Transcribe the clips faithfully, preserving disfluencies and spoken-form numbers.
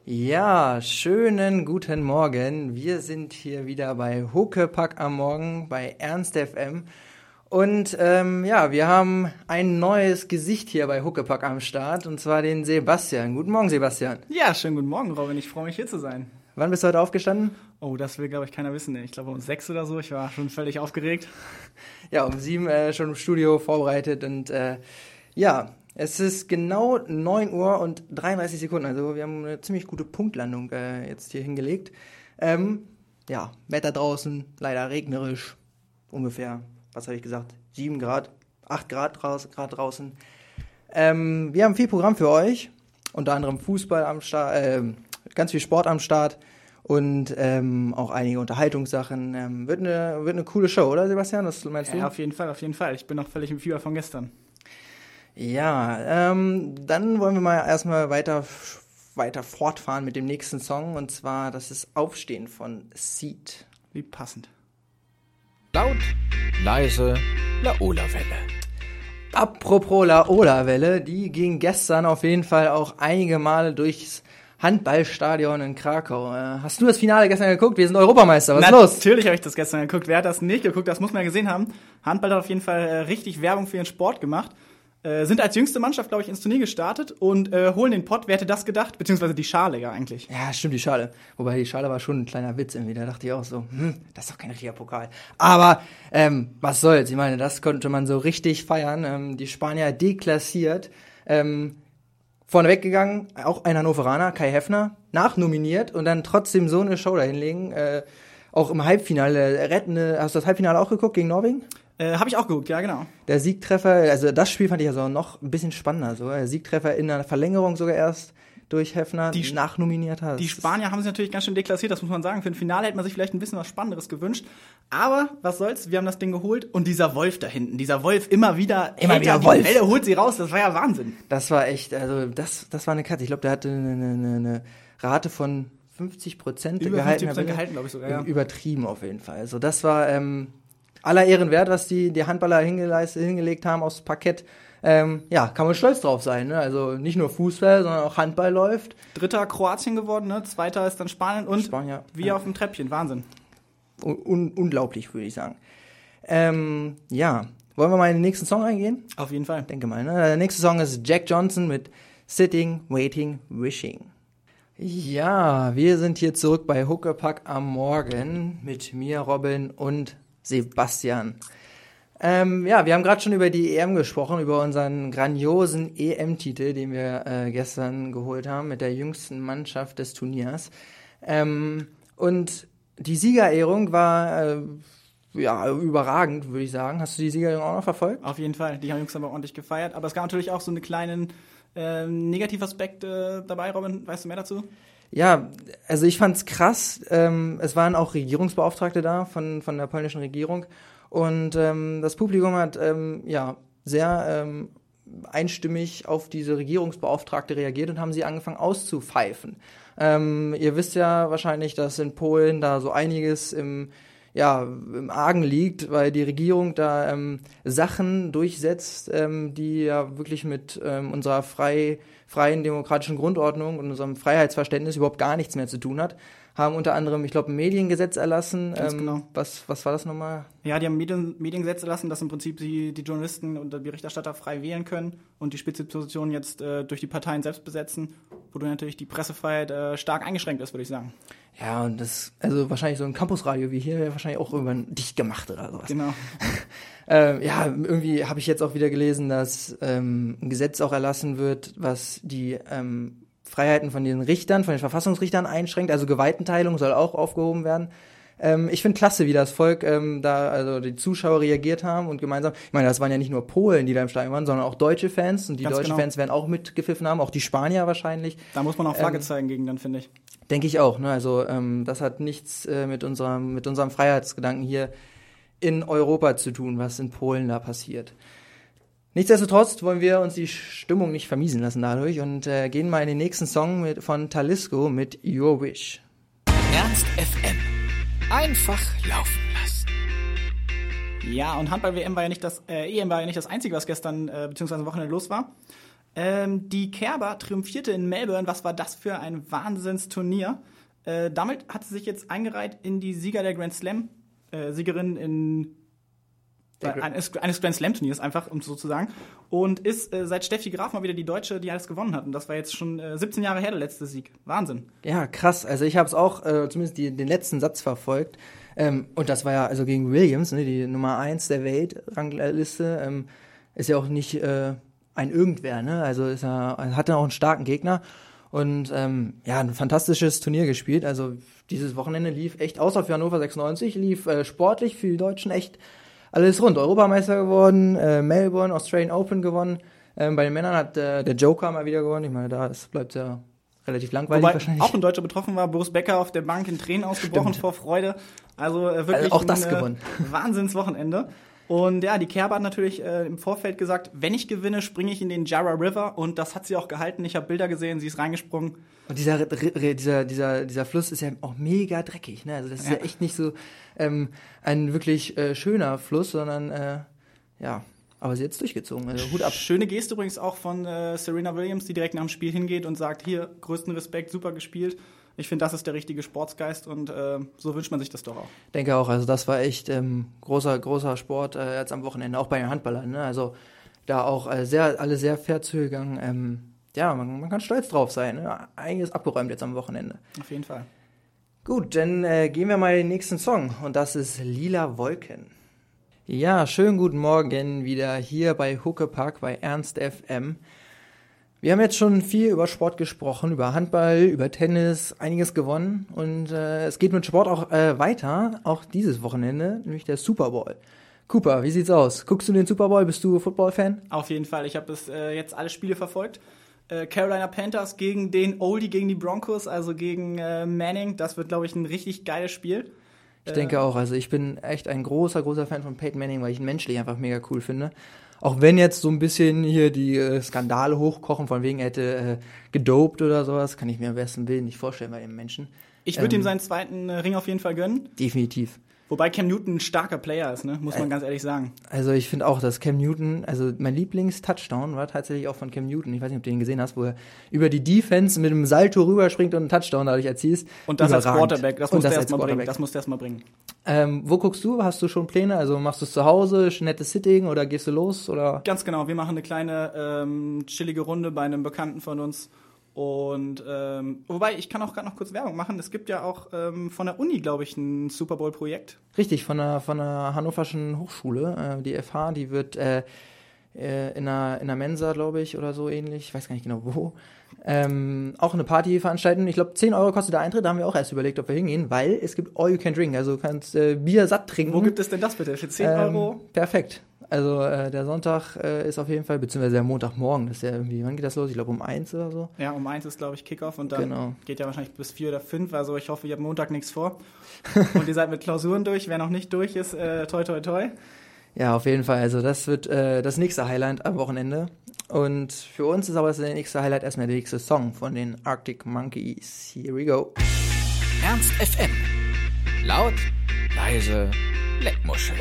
Ja, schönen guten Morgen. Wir sind hier wieder bei Huckepack am Morgen bei Ernst F M. Und ähm, ja, wir haben ein neues Gesicht hier bei Huckepack am Start, und zwar den Sebastian. Guten Morgen, Sebastian. Ja, schönen guten Morgen, Robin. Ich freue mich, hier zu sein. Wann bist du heute aufgestanden? Oh, das will, glaube ich, keiner wissen. Ich glaube um sechs oder so. Ich war schon völlig aufgeregt. Ja, um sieben äh, schon im Studio vorbereitet. Und äh, ja, es ist genau neun Uhr und dreiunddreißig Sekunden. Also wir haben eine ziemlich gute Punktlandung äh, jetzt hier hingelegt. Ähm, ja, Wetter draußen, leider regnerisch. Ungefähr, was habe ich gesagt, sieben Grad, acht Grad, raus, Grad draußen. Ähm, wir haben viel Programm für euch. Unter anderem Fußball am Start, äh, ganz viel Sport am Start. Und ähm, auch einige Unterhaltungssachen. Ähm, wird, eine, wird eine coole Show, oder Sebastian? Was meinst du? Ja, auf jeden Fall, auf jeden Fall. Ich bin noch völlig im Fieber von gestern. Ja, ähm, dann wollen wir mal erstmal weiter, weiter fortfahren mit dem nächsten Song. Und zwar, das ist Aufstehen von Seed. Wie passend. Laut, leise, Laola-Welle. Apropos Laola-Welle, die ging gestern auf jeden Fall auch einige Male durchs Handballstadion in Krakau. Äh, hast du das Finale gestern geguckt? Wir sind Europameister. Was ist los? Natürlich habe ich das gestern geguckt. Wer hat das nicht geguckt? Das muss man ja gesehen haben. Handball hat auf jeden Fall äh, richtig Werbung für ihren Sport gemacht. Äh, sind als jüngste Mannschaft, glaube ich, ins Turnier gestartet und äh, holen den Pott. Wer hätte das gedacht? Beziehungsweise die Schale ja eigentlich. Ja, stimmt, die Schale. Wobei die Schale war schon ein kleiner Witz irgendwie. Da dachte ich auch so, hm, das ist doch kein richtiger Pokal. Aber ähm, was soll's? Ich meine, das konnte man so richtig feiern. Ähm, die Spanier deklassiert. Ähm, Vorneweg gegangen, auch ein Hannoveraner, Kai Heffner, nachnominiert und dann trotzdem so eine Show dahinlegen. Äh, auch im Halbfinale rettende. Hast du das Halbfinale auch geguckt gegen Norwegen? Äh, habe ich auch geguckt, ja, genau. Der Siegtreffer, also das Spiel fand ich also noch ein bisschen spannender. So. Der Siegtreffer in der Verlängerung sogar erst durch Heffner die, nachnominiert hat. Die Spanier haben sich natürlich ganz schön deklassiert, das muss man sagen. Für ein Finale hätte man sich vielleicht ein bisschen was Spannenderes gewünscht. Aber was soll's, wir haben das Ding geholt. Und dieser Wolf da hinten, dieser Wolf immer wieder, immer wieder die Wolf. Bälle, holt sie raus, das war ja Wahnsinn. Das war echt, also das, das war eine Katze. Ich glaube, der hatte eine, eine, eine Rate von fünfzig Prozent Über gehalten. fünfzig Prozent gehalten, glaube ich sogar, ja. Übertrieben auf jeden Fall. Also das war ähm, aller Ehren wert, was die, die Handballer hingelegt haben aufs Parkett. Ähm, ja, kann man stolz drauf sein, ne? Also nicht nur Fußball, sondern auch Handball läuft. Dritter Kroatien geworden, ne? Zweiter ist dann Spanien und Spanier, wie ja. auf dem Treppchen, Wahnsinn. Un- unglaublich, würde ich sagen. Ähm, ja, wollen wir mal in den nächsten Song eingehen? Auf jeden Fall. Denke mal, ne? Der nächste Song ist Jack Johnson mit Sitting, Waiting, Wishing. Ja, wir sind hier zurück bei Huckepack am Morgen mit mir, Robin und Sebastian. Ähm, ja, wir haben gerade schon über die E M gesprochen, über unseren grandiosen E M-Titel, den wir äh, gestern geholt haben mit der jüngsten Mannschaft des Turniers. Ähm, und die Siegerehrung war äh, ja überragend, würde ich sagen. Hast du die Siegerehrung auch noch verfolgt? Auf jeden Fall, die haben Jungs aber ordentlich gefeiert. Aber es gab natürlich auch so einen kleinen äh, Negativaspekt äh, dabei, Robin. Weißt du mehr dazu? Ja, also ich fand's krass. Ähm, es waren auch Regierungsbeauftragte da von, von der polnischen Regierung. Und ähm, das Publikum hat ähm, ja sehr ähm, einstimmig auf diese Regierungsbeauftragte reagiert und haben sie angefangen auszupfeifen. Ähm, ihr wisst ja wahrscheinlich, dass in Polen da so einiges im, ja, im Argen liegt, weil die Regierung da ähm, Sachen durchsetzt, ähm, die ja wirklich mit ähm, unserer frei, freien demokratischen Grundordnung und unserem Freiheitsverständnis überhaupt gar nichts mehr zu tun hat. Haben unter anderem, ich glaube, ein Mediengesetz erlassen. Ganz ähm, genau. Was, was war das nochmal? Ja, die haben Medien, Mediengesetz erlassen, dass im Prinzip die, die Journalisten und die Berichterstatter frei wählen können und die Spitzenpositionen jetzt äh, durch die Parteien selbst besetzen, wodurch natürlich die Pressefreiheit äh, stark eingeschränkt ist, würde ich sagen. Ja, und das, also wahrscheinlich so ein Campusradio wie hier wäre wahrscheinlich auch irgendwann dicht gemacht oder sowas. Genau. ähm, ja, irgendwie habe ich jetzt auch wieder gelesen, dass ähm, ein Gesetz auch erlassen wird, was die ähm, Freiheiten von den Richtern, von den Verfassungsrichtern einschränkt, also Gewaltenteilung soll auch aufgehoben werden. Ähm, ich finde klasse, wie das Volk ähm, da, also die Zuschauer reagiert haben und gemeinsam, ich meine, das waren ja nicht nur Polen, die da im Stadion waren, sondern auch deutsche Fans und die Ganz deutschen genau. Fans werden auch mitgepfiffen haben, auch die Spanier wahrscheinlich. Da muss man auch Flagge ähm, zeigen gegen dann, finde ich. Denke ich auch, ne? Also ähm, das hat nichts äh, mit unserem, mit unserem Freiheitsgedanken hier in Europa zu tun, was in Polen da passiert. Nichtsdestotrotz wollen wir uns die Stimmung nicht vermiesen lassen dadurch und äh, gehen mal in den nächsten Song mit, von Talisco mit Your Wish. Ernst F M. Einfach laufen lassen. Ja, und Handball-W M war ja nicht das, äh, E M war ja nicht das Einzige, was gestern äh, beziehungsweise am Wochenende los war. Ähm, die Kerber triumphierte in Melbourne. Was war das für ein Wahnsinnsturnier? Äh, damit hat sie sich jetzt eingereiht in die Sieger der Grand Slam, äh, Siegerin in äh, eines, eines Grand Slam Turniers einfach, um so zu sagen. Und ist äh, seit Steffi Graf mal wieder die Deutsche, die alles gewonnen hat. Und das war jetzt schon äh, siebzehn Jahre her, der letzte Sieg. Wahnsinn. Ja, krass. Also ich habe es auch äh, zumindest die, den letzten Satz verfolgt. Ähm, und das war ja also gegen Williams, ne, die Nummer eins der Weltrangliste. Ähm, ist ja auch nicht äh, ein Irgendwer, ne? Also ist er, hatte auch einen starken Gegner. Und ähm, ja, ein fantastisches Turnier gespielt. Also dieses Wochenende lief echt außer für Hannover sechsundneunzig, lief äh, sportlich für die Deutschen echt alles rund. Europameister geworden, äh, Melbourne, Australian Open gewonnen. Ähm, bei den Männern hat äh, der Joker mal wieder gewonnen. Ich meine, da ist, bleibt ja relativ langweilig. Wobei wahrscheinlich. Auch ein Deutscher betroffen war, Boris Becker auf der Bank in Tränen ausgebrochen Stimmt. vor Freude. Also äh, wirklich Also auch das ein äh, gewonnen. Wahnsinnswochenende. Und ja, die Kerber hat natürlich äh, im Vorfeld gesagt, wenn ich gewinne, springe ich in den Jarrah River. Und das hat sie auch gehalten. Ich habe Bilder gesehen, sie ist reingesprungen. Und dieser, dieser, dieser, dieser Fluss ist ja auch mega dreckig, ne? Also das ist ja, Ja. echt nicht so ähm, ein wirklich äh, schöner Fluss, sondern äh, ja, aber sie hat es durchgezogen. Also Hut ab. Schöne Geste übrigens auch von äh, Serena Williams, die direkt nach dem Spiel hingeht und sagt, hier, größten Respekt, super gespielt. Ich finde, das ist der richtige Sportsgeist und äh, so wünscht man sich das doch auch. Denke auch, also das war echt ähm, großer, großer Sport äh, jetzt am Wochenende, auch bei den Handballern, ne? Also da auch äh, sehr, alle sehr fair zugegangen. Ähm, ja, man, man kann stolz drauf sein, ne? Einiges abgeräumt jetzt am Wochenende. Auf jeden Fall. Gut, dann äh, gehen wir mal in den nächsten Song und das ist Lila Wolken. Ja, schönen guten Morgen wieder hier bei Huckepack bei Ernst F M. Wir haben jetzt schon viel über Sport gesprochen, über Handball, über Tennis, einiges gewonnen und äh, es geht mit Sport auch äh, weiter, auch dieses Wochenende, nämlich der Super Bowl. Cooper, wie sieht's aus? Guckst du den Super Bowl? Bist du Football-Fan? Auf jeden Fall. Ich habe bis äh, jetzt alle Spiele verfolgt. Äh, Carolina Panthers gegen den Oldie, gegen die Broncos, also gegen äh, Manning. Das wird, glaube ich, ein richtig geiles Spiel. Ich äh, denke auch. Also ich bin echt ein großer, großer Fan von Peyton Manning, weil ich ihn menschlich einfach mega cool finde. Auch wenn jetzt so ein bisschen hier die äh, Skandale hochkochen, von wegen er hätte äh, gedopt oder sowas, kann ich mir am besten Willen nicht vorstellen bei dem Menschen. Ich würde ähm, ihm seinen zweiten äh, Ring auf jeden Fall gönnen. Definitiv. Wobei Cam Newton ein starker Player ist, ne? Muss man Äh, ganz ehrlich sagen. Also ich finde auch, dass Cam Newton, also mein Lieblings-Touchdown war tatsächlich auch von Cam Newton. Ich weiß nicht, ob du den gesehen hast, wo er über die Defense mit einem Salto rüberspringt und einen Touchdown dadurch erzielst. Und das Überragend. als Quarterback, das Und muss der das erst als mal bringen. Quarterback. Das muss der erst mal bringen. Ähm, wo guckst du? Hast du schon Pläne? Also machst du es zu Hause, nettes Sitting oder gehst du los? Oder? Ganz genau, wir machen eine kleine ähm, chillige Runde bei einem Bekannten von uns. Und ähm, wobei, ich kann auch gerade noch kurz Werbung machen. Es gibt ja auch ähm, von der Uni, glaube ich, ein Super Bowl-Projekt. Richtig, von der, von der Hannoverschen Hochschule. Äh, die F H, die wird äh, äh, in einer, in einer Mensa, glaube ich, oder so ähnlich. Ich weiß gar nicht genau wo. Ähm, auch eine Party veranstalten. Ich glaube, zehn Euro kostet der Eintritt. Da haben wir auch erst überlegt, ob wir hingehen, weil es gibt All You Can Drink. Also du kannst äh, Bier satt trinken. Wo gibt es denn das bitte? Für zehn Ähm, Euro? Perfekt. Also äh, der Sonntag äh, ist auf jeden Fall, beziehungsweise der Montagmorgen, das ist ja irgendwie, wann geht das los? Ich glaube um eins oder so. Ja, um eins ist, glaube ich, Kickoff und dann Genau. geht ja wahrscheinlich bis vier oder fünf. Also ich hoffe, ihr habt Montag nichts vor. Und ihr seid mit Klausuren durch. Wer noch nicht durch ist, äh, toi, toi, toi. Ja, auf jeden Fall. Also das wird äh, das nächste Highlight am Wochenende. Und für uns ist aber das nächste Highlight erstmal der nächste Song von den Arctic Monkeys. Here we go. Ernst F M. Laut, leise, Leckmuschel.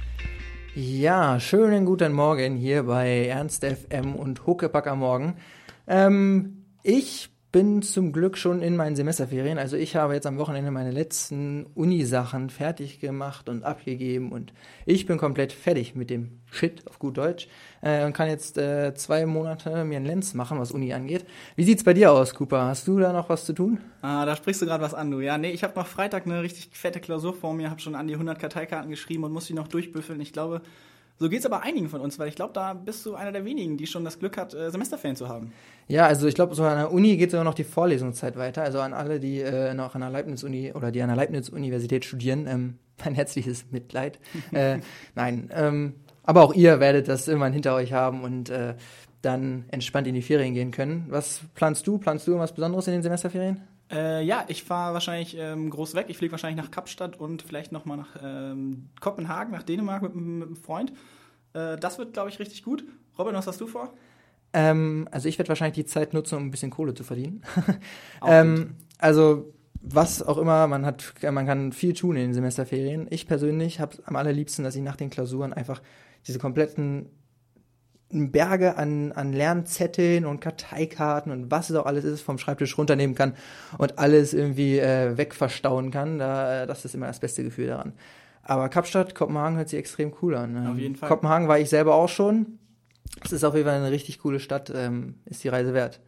Ja, schönen guten Morgen hier bei Ernst F M und Huckepack am Morgen. Ähm, ich bin zum Glück schon in meinen Semesterferien. Also ich habe jetzt am Wochenende meine letzten Uni-Sachen fertig gemacht und abgegeben und ich bin komplett fertig mit dem Shit auf gut Deutsch äh, und kann jetzt äh, zwei Monate mir einen Lenz machen, was Uni angeht. Wie sieht's bei dir aus, Cooper? Hast du da noch was zu tun? Ah, da sprichst du gerade was an, du. Ja, nee, ich habe noch Freitag eine richtig fette Klausur vor mir, habe schon an die hundert Karteikarten geschrieben und muss die noch durchbüffeln. Ich glaube, so geht's aber einigen von uns, weil ich glaube, da bist du einer der wenigen, die schon das Glück hat, äh, Semesterferien zu haben. Ja, also ich glaube, so an der Uni geht sogar noch die Vorlesungszeit weiter. Also an alle, die äh, noch an der Leibniz-Uni oder die an der Leibniz-Universität studieren, ähm, mein herzliches Mitleid. äh, nein, ähm, aber auch ihr werdet das irgendwann hinter euch haben und äh, dann entspannt in die Ferien gehen können. Was planst du? Planst du irgendwas Besonderes in den Semesterferien? Äh, ja, ich fahre wahrscheinlich ähm, groß weg. Ich fliege wahrscheinlich nach Kapstadt und vielleicht nochmal nach ähm, Kopenhagen, nach Dänemark mit, mit einem Freund. Äh, das wird, glaube ich, richtig gut. Robin, was hast du vor? Ähm, also ich werde wahrscheinlich die Zeit nutzen, um ein bisschen Kohle zu verdienen. Auch ähm, also was auch immer, man hat, man kann viel tun in den Semesterferien. Ich persönlich habe am allerliebsten, dass ich nach den Klausuren einfach diese kompletten Berge an, an Lernzetteln und Karteikarten und was es auch alles ist, vom Schreibtisch runternehmen kann und alles irgendwie äh, wegverstauen kann. Da, das ist immer das beste Gefühl daran. Aber Kapstadt, Kopenhagen hört sich extrem cool an. Auf jeden Fall. Kopenhagen war ich selber auch schon. Es ist auf jeden Fall eine richtig coole Stadt, ähm, ist die Reise wert.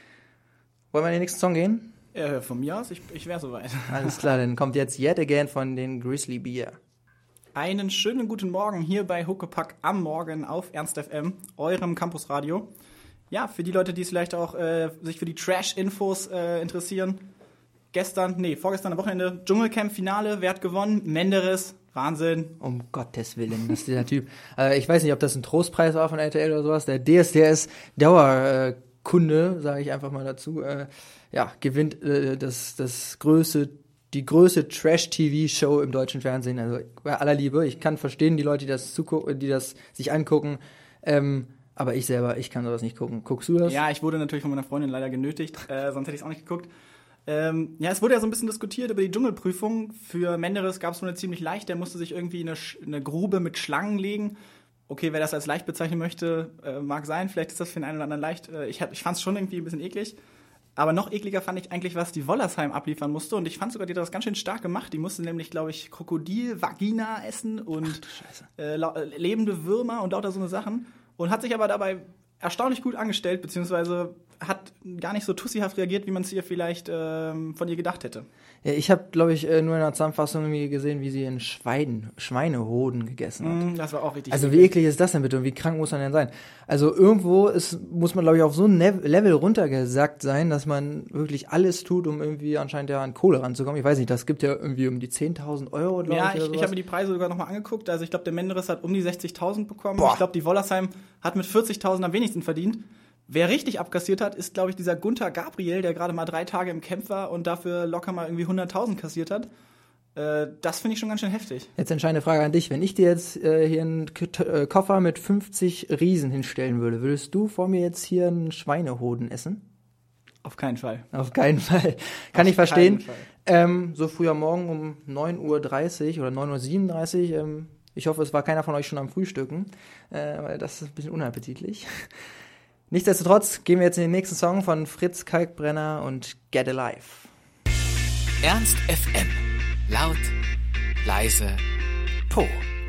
Wollen wir in den nächsten Song gehen? Äh, von mir aus, ich, ich wäre soweit. Alles klar, dann kommt jetzt Yet Again von den Grizzly Bear. Einen schönen guten Morgen hier bei Huckepack am Morgen auf Ernst F M, eurem Campusradio. Ja, für die Leute, die es vielleicht auch äh, sich für die Trash-Infos äh, interessieren. Gestern, nee, vorgestern am Wochenende, Dschungelcamp-Finale, wer hat gewonnen? Menderes, Wahnsinn. Um Gottes Willen, das ist dieser Typ. Äh, ich weiß nicht, ob das ein Trostpreis war von R T L oder sowas. Der D S D S Dauerkunde, äh, sage ich einfach mal dazu, äh, ja, gewinnt äh, das, das größte die größte Trash-T V-Show im deutschen Fernsehen, also bei aller Liebe. Ich kann verstehen, die Leute, die das zugucken, die das sich angucken, ähm, aber ich selber, ich kann sowas nicht gucken. Guckst du das? Ja, ich wurde natürlich von meiner Freundin leider genötigt, äh, sonst hätte ich es auch nicht geguckt. Ähm, ja, es wurde ja so ein bisschen diskutiert über die Dschungelprüfung. Für Menderes gab es so eine ziemlich leicht, der musste sich irgendwie in eine, eine Grube mit Schlangen legen. Okay, wer das als leicht bezeichnen möchte, äh, mag sein, vielleicht ist das für den einen oder anderen leicht. Äh, ich ich fand es schon irgendwie ein bisschen eklig. Aber noch ekliger fand ich eigentlich, was die Wollersheim abliefern musste. Und ich fand sogar, die hat das ganz schön stark gemacht. Die musste nämlich, glaube ich, Krokodil-Vagina essen und äh, la- lebende Würmer und lauter so eine Sachen. Und hat sich aber dabei erstaunlich gut angestellt, beziehungsweise hat gar nicht so tussihaft reagiert, wie man es ihr vielleicht ähm, von ihr gedacht hätte. Ja, ich habe, glaube ich, nur in der Zusammenfassung irgendwie gesehen, wie sie einen Schwein, Schweinehoden gegessen hat. Mm, das war auch richtig. Also wie eklig ist das denn bitte und wie krank muss man denn sein? Also irgendwo ist, muss man, glaube ich, auf so ein Level runtergesackt sein, dass man wirklich alles tut, um irgendwie anscheinend ja an Kohle ranzukommen. Ich weiß nicht, das gibt ja irgendwie um die zehntausend Euro, glaube ja, ich. Ja, ich, ich habe mir die Preise sogar nochmal angeguckt. Also ich glaube, der Menderes hat um die sechzigtausend bekommen. Boah. Ich glaube, die Wollersheim hat mit vierzigtausend am wenigsten verdient. Wer richtig abkassiert hat, ist, glaube ich, dieser Gunther Gabriel, der gerade mal drei Tage im Camp war und dafür locker mal irgendwie hunderttausend kassiert hat. Äh, das finde ich schon ganz schön heftig. Jetzt entscheidende Frage an dich. Wenn ich dir jetzt äh, hier einen K- äh, Koffer mit fünfzig Riesen hinstellen würde, würdest du vor mir jetzt hier einen Schweinehoden essen? Auf keinen Fall. Auf keinen Fall. Kann Auf ich verstehen. Fall. Ähm, so früh am Morgen um neun Uhr dreißig oder neun Uhr siebenunddreißig. Ähm, ich hoffe, es war keiner von euch schon am Frühstücken, äh, weil das ist ein bisschen unappetitlich. Nichtsdestotrotz gehen wir jetzt in den nächsten Song von Fritz Kalkbrenner und Get Alive. Ernst F M. Laut, leise, Po.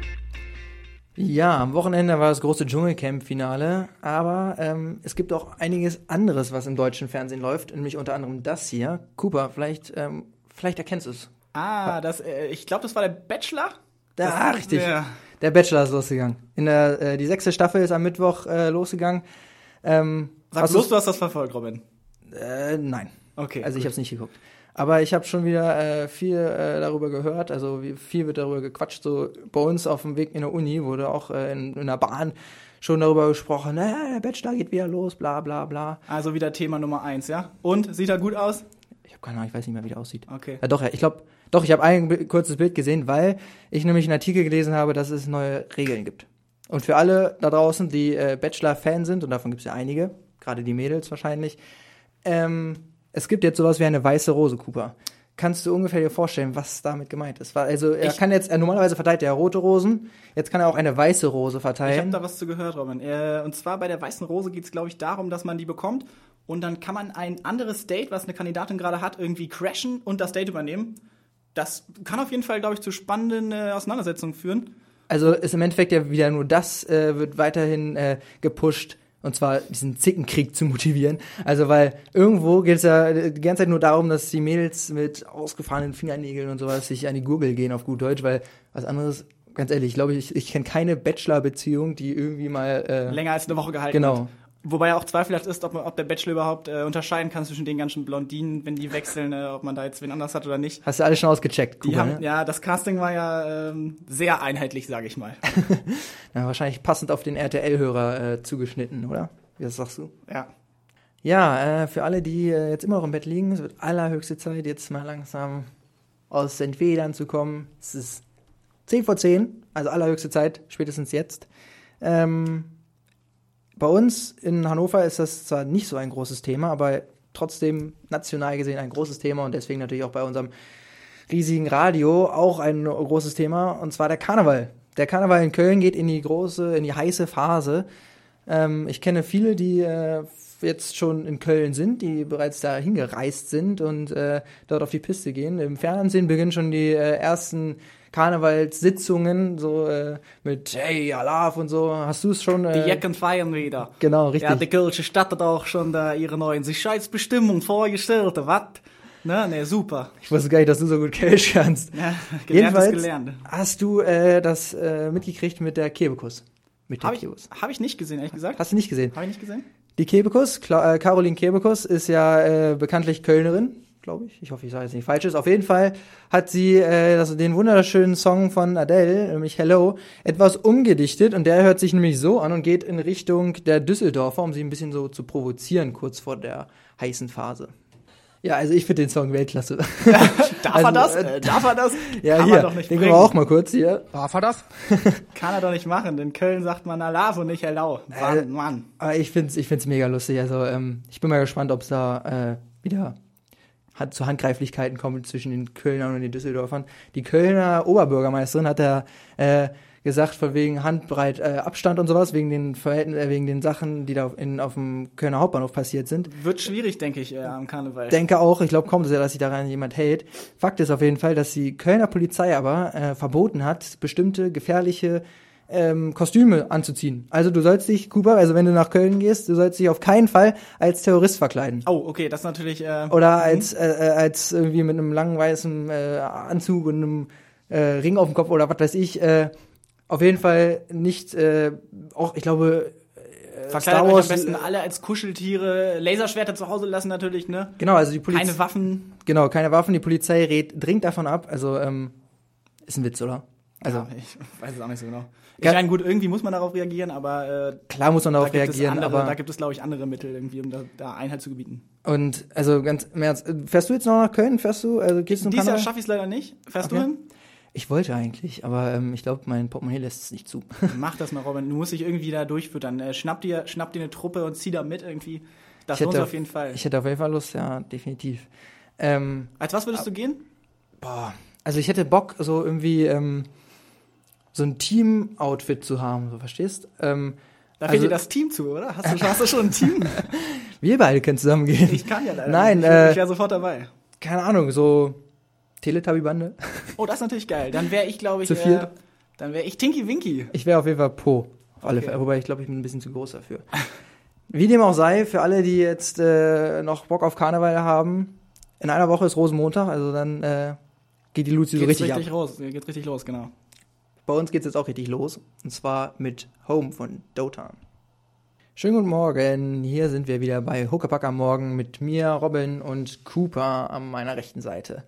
Ja, am Wochenende war das große Dschungelcamp-Finale, aber ähm, es gibt auch einiges anderes, was im deutschen Fernsehen läuft, nämlich unter anderem das hier. Cooper, vielleicht, ähm, vielleicht erkennst du es. Ah, das, äh, ich glaube, das war der Bachelor? Da, ah, richtig. Ja. Der Bachelor ist losgegangen. In der, äh, die sechste Staffel ist am Mittwoch äh, losgegangen. Ähm, Sag bloß, du hast das verfolgt, Robin. Äh, nein. Okay. Also gut. ich habe es nicht geguckt. Aber ich habe schon wieder äh, viel äh, darüber gehört. Also wie, viel wird darüber gequatscht. So bei uns auf dem Weg in der Uni wurde auch äh, in, in der Bahn schon darüber gesprochen. Naja, der Bachelor geht wieder los, bla bla bla. Also wieder Thema Nummer eins, ja? Und, sieht er gut aus? Ich habe keine Ahnung, ich weiß nicht mehr, wie der aussieht. Okay. Ja, doch, ja, ich glaube, doch, ich habe ein b- kurzes Bild gesehen, weil ich nämlich einen Artikel gelesen habe, dass es neue Regeln gibt. Und für alle da draußen, die äh, Bachelor-Fan sind, und davon gibt es ja einige, gerade die Mädels wahrscheinlich, ähm, es gibt jetzt sowas wie eine weiße Rose, Cooper. Kannst du ungefähr dir vorstellen, was damit gemeint ist? Also er Ich- kann jetzt, er normalerweise verteilt er rote Rosen, jetzt kann er auch eine weiße Rose Ich habe verteilen. da was zu gehört, Robin. Äh, und zwar bei der Weißen Rose geht es, glaube ich, darum, dass man die bekommt und dann kann man ein anderes Date, was eine Kandidatin gerade hat, irgendwie crashen und das Date übernehmen. Das kann auf jeden Fall, glaube ich, zu spannenden äh, Auseinandersetzungen führen. Also ist im Endeffekt ja wieder nur das, äh, wird weiterhin äh, gepusht, und zwar diesen Zickenkrieg zu motivieren. Also weil irgendwo geht es ja die ganze Zeit nur darum, dass die Mädels mit ausgefahrenen Fingernägeln und sowas sich an die Gurgel gehen auf gut Deutsch, weil was anderes, ganz ehrlich, ich glaube, ich, ich kenne keine Bachelor-Beziehung, die irgendwie mal äh, Länger als eine Woche gehalten genau. hat. Wobei ja auch zweifelhaft ist, ob, man, ob der Bachelor überhaupt äh, unterscheiden kann zwischen den ganzen Blondinen, wenn die wechseln, äh, ob man da jetzt wen anders hat oder nicht. Hast du alles schon ausgecheckt, Die Cooper, haben, ne? ja, das Casting war ja ähm, sehr einheitlich, sage ich mal. Ja, wahrscheinlich passend auf den R T L-Hörer äh, zugeschnitten, oder? Wie das sagst du? Ja. Ja, äh, für alle, die äh, jetzt immer noch im Bett liegen, es wird allerhöchste Zeit, jetzt mal langsam aus den Federn zu kommen. Es ist zehn vor zehn, also allerhöchste Zeit, spätestens jetzt. Ähm, bei uns in Hannover ist das zwar nicht so ein großes Thema, aber trotzdem national gesehen ein großes Thema und deswegen natürlich auch bei unserem riesigen Radio auch ein großes Thema, und zwar der Karneval. Der Karneval in Köln geht in die große, in die heiße Phase. Ähm, ich kenne viele, die äh, jetzt schon in Köln sind, die bereits da hingereist sind und äh, dort auf die Piste gehen. Im Fernsehen beginnen schon die äh, ersten Karnevalssitzungen, so äh, mit Hey, Alaf und so. Hast du es schon? Äh, Die Jecken feiern wieder. Genau, richtig. Ja, die Kölsche Stadt hat auch schon da ihre neuen Sicherheitsbestimmungen vorgestellt. Was? Ne, ne, super. Ich wusste gar nicht, dass du so gut Kölsch kannst. Ja, gelernt Jedenfalls ist gelernt. hast du äh, das äh, mitgekriegt mit der Kebekus. Mit der Habe ich, Kebekus. hab ich nicht gesehen, ehrlich gesagt. Hast du nicht gesehen? Habe ich nicht gesehen? Die Kebekus, Kla- äh, Caroline Kebekus, ist ja äh, bekanntlich Kölnerin, glaube ich. Ich hoffe, ich sage jetzt nicht Falsches. Auf jeden Fall hat sie äh, das, den wunderschönen Song von Adele, nämlich Hello, etwas umgedichtet. Und der hört sich nämlich so an und geht in Richtung der Düsseldorfer, um sie ein bisschen so zu provozieren, kurz vor der heißen Phase. Ja, also ich finde den Song Weltklasse. Darf Also, er das? äh, Äh, darf er das? Ja, Kann hier, man doch nicht den bringen. können wir auch mal kurz hier. Darf er das? Kann er doch nicht machen. In Köln sagt man Alaf und nicht Hello. Mann, Äh, Mann. Aber ich find's, ich find's mega lustig. Also ähm, ich bin mal gespannt, ob es da äh, wieder hat, zu Handgreiflichkeiten kommt zwischen den Kölnern und den Düsseldorfern. Die Kölner Oberbürgermeisterin hat ja äh, gesagt, von wegen Handbreit äh, Abstand und sowas, wegen den Verhältn- äh, wegen den Sachen, die da in, auf dem Kölner Hauptbahnhof passiert sind. Wird schwierig, denke ich, äh, am Karneval. Denke auch, ich glaube kaum sehr, dass sich daran jemand hält. Fakt ist auf jeden Fall, dass die Kölner Polizei aber äh, verboten hat, bestimmte gefährliche ähm, Kostüme anzuziehen. Also du sollst dich, Cooper, also wenn du nach Köln gehst, du sollst dich auf keinen Fall als Terrorist verkleiden. Oh, okay, das ist natürlich. Äh, Oder als äh, äh, als irgendwie mit einem langen weißen äh, Anzug und einem äh, Ring auf dem Kopf oder was weiß ich. Äh, auf jeden Fall nicht, äh, auch ich glaube, äh, Verkleidet Star euch Wars, am besten alle als Kuscheltiere. Laserschwerter zu Hause lassen natürlich, ne? genau, also die Polizei, Keine Waffen. genau, keine Waffen. Die Polizei rät dringend davon ab. Also ähm, ist ein Witz, oder? Also Ja, ich weiß es auch nicht so genau. Ich Ga- meine, gut, irgendwie muss man darauf reagieren, aber äh, klar muss man da darauf gibt es reagieren, andere, aber da gibt es, glaube ich, andere Mittel irgendwie, um da, da Einhalt zu gebieten. und also ganz im Ernst, äh, fährst du jetzt noch nach Köln? Fährst du? Also gehst du zum Dieses Jahr Karneval? schaffe ich es leider nicht. Fährst Okay. du hin? Ich wollte eigentlich, aber ähm, ich glaube, mein Portemonnaie lässt es nicht zu. Mach das mal, Robin. Du musst dich irgendwie da durchfüttern. Äh, schnapp dir, schnapp dir eine Truppe und zieh da mit irgendwie. Das Ich lohnt hätte sich auf jeden Fall. Ich hätte auf jeden Fall Lust, ja, definitiv. Ähm, Als was würdest du gehen? boah, also ich hätte Bock, so irgendwie ähm, so ein Team-Outfit zu haben, so verstehst? Ähm, Da also- fehlt dir das Team zu, oder? Hast du, hast du schon ein Team? wir beide können zusammen gehen. Ich kann ja leider Nein, nicht. Ich, äh, ich wäre sofort dabei. Keine Ahnung, so Teletubby-Bande. Oh, das ist natürlich geil. Dann wäre ich, glaube ich, Zu viert? äh, dann wäre ich Tinky Winky. Ich wäre auf jeden Fall Po. Auf alle Okay. Fälle, wobei ich glaube, ich bin ein bisschen zu groß dafür. Wie dem auch sei, für alle, die jetzt äh, noch Bock auf Karneval haben, in einer Woche ist Rosenmontag, also dann äh, geht die Luzi so Geht's richtig, richtig ab. los. Geht richtig los, genau. Bei uns geht's jetzt auch richtig los. Und zwar mit Home von Dotan. Schönen guten Morgen. Hier sind wir wieder bei Huckepack am Morgen mit mir, Robin und Cooper an meiner rechten Seite.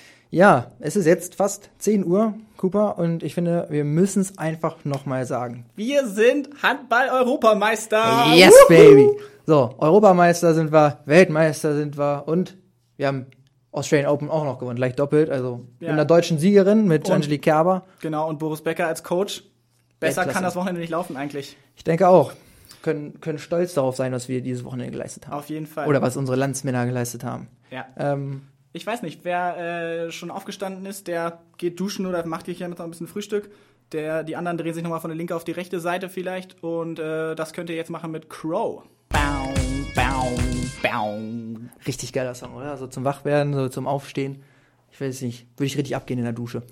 Ja, es ist jetzt fast zehn Uhr, Cooper, und ich finde, wir müssen es einfach nochmal sagen. Wir sind Handball-Europameister. Yes, baby! So, Europameister sind wir, Weltmeister sind wir und wir haben Australian Open auch noch gewonnen, gleich doppelt. Also mit Ja. einer deutschen Siegerin, mit Und- Angelique Kerber. Genau, und Boris Becker als Coach. Besser Weltklasse. kann das Wochenende nicht laufen eigentlich. Ich denke auch, können, können stolz darauf sein, was wir dieses Wochenende geleistet haben. Auf jeden Fall. Oder was unsere Landsmänner geleistet haben. Ja. Ähm, Ich weiß nicht, wer äh, schon aufgestanden ist, der geht duschen oder macht hier noch ein bisschen Frühstück. Der, die anderen drehen sich nochmal von der linken auf die rechte Seite vielleicht. Und äh, das könnt ihr jetzt machen mit Crow. Bau, bau, bau. richtig geiler Song, oder? So zum Wachwerden, so zum Aufstehen. Ich weiß nicht, würde ich richtig abgehen in der Dusche.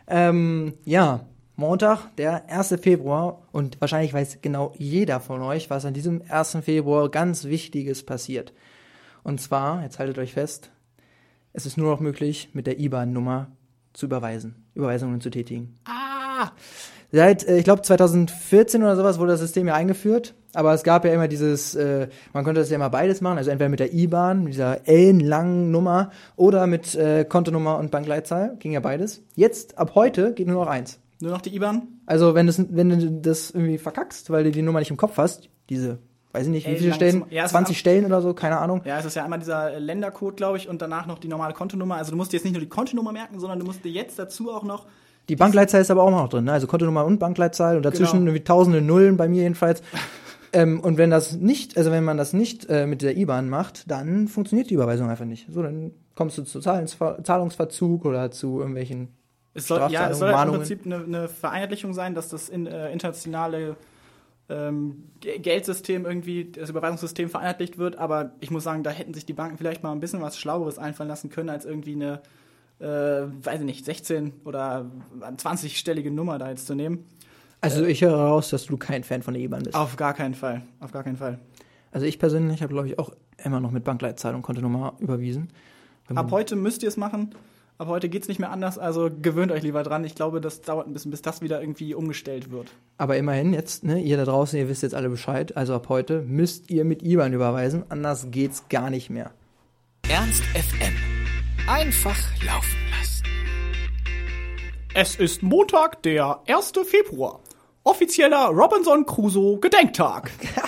Ähm, ja, Montag, der erster Februar. Und wahrscheinlich weiß genau jeder von euch, was an diesem ersten Februar ganz Wichtiges passiert. Und zwar, jetzt haltet euch fest, es ist nur noch möglich, mit der I B A N-Nummer zu überweisen, Überweisungen zu tätigen. Ah! Seit, äh, ich glaube, zwanzig vierzehn oder sowas wurde das System ja eingeführt. Aber es gab ja immer dieses, äh, man konnte das ja immer beides machen, also entweder mit der I B A N, mit dieser ellenlangen Nummer, oder mit äh, Kontonummer und Bankleitzahl, ging ja beides. Jetzt, ab heute, geht nur noch eins. Nur noch die I B A N? Also wenn, das, wenn du das irgendwie verkackst, weil du die Nummer nicht im Kopf hast, diese, weiß ich nicht, wie Ey, viele lange Stellen, zum- ja, es ist zwanzig am- Stellen oder so, keine Ahnung. Ja, es ist ja einmal dieser Ländercode, glaube ich, und danach noch die normale Kontonummer. Also du musst dir jetzt nicht nur die Kontonummer merken, sondern du musst dir jetzt dazu auch noch... Die Bankleitzahl ist aber auch noch drin, ne? Also Kontonummer und Bankleitzahl und dazwischen Genau. irgendwie tausende Nullen, bei mir jedenfalls. ähm, und wenn das nicht, also wenn man das nicht äh, mit der I B A N macht, dann funktioniert die Überweisung einfach nicht. So, dann kommst du zu Zahlungsver- Zahlungsverzug oder zu irgendwelchen Es soll, ja, es Strafzahlungen, soll halt im Mahnungen. Prinzip eine, eine Vereinheitlichung sein, dass das in, äh, internationale ähm, G- Geldsystem irgendwie, das Überweisungssystem vereinheitlicht wird. Aber ich muss sagen, da hätten sich die Banken vielleicht mal ein bisschen was Schlaueres einfallen lassen können, als irgendwie eine, äh, weiß ich nicht, sechzehn- oder zwanzig-stellige Nummer da jetzt zu nehmen. Also ich höre raus, dass du kein Fan von der IBAN bist. Auf gar keinen Fall, auf gar keinen Fall. Also ich persönlich habe, glaube ich, auch immer noch mit Bankleitzahlung Kontonummer überwiesen. Ab heute müsst ihr es machen. Ab heute geht es nicht mehr anders, also gewöhnt euch lieber dran. Ich glaube, das dauert ein bisschen, bis das wieder irgendwie umgestellt wird. Aber immerhin jetzt, ne, ihr da draußen, ihr wisst jetzt alle Bescheid. Also ab heute müsst ihr mit IBAN überweisen, anders geht's gar nicht mehr. Ernst F M. Einfach laufen lassen. Es ist Montag, der erster Februar. Offizieller Robinson Crusoe Gedenktag.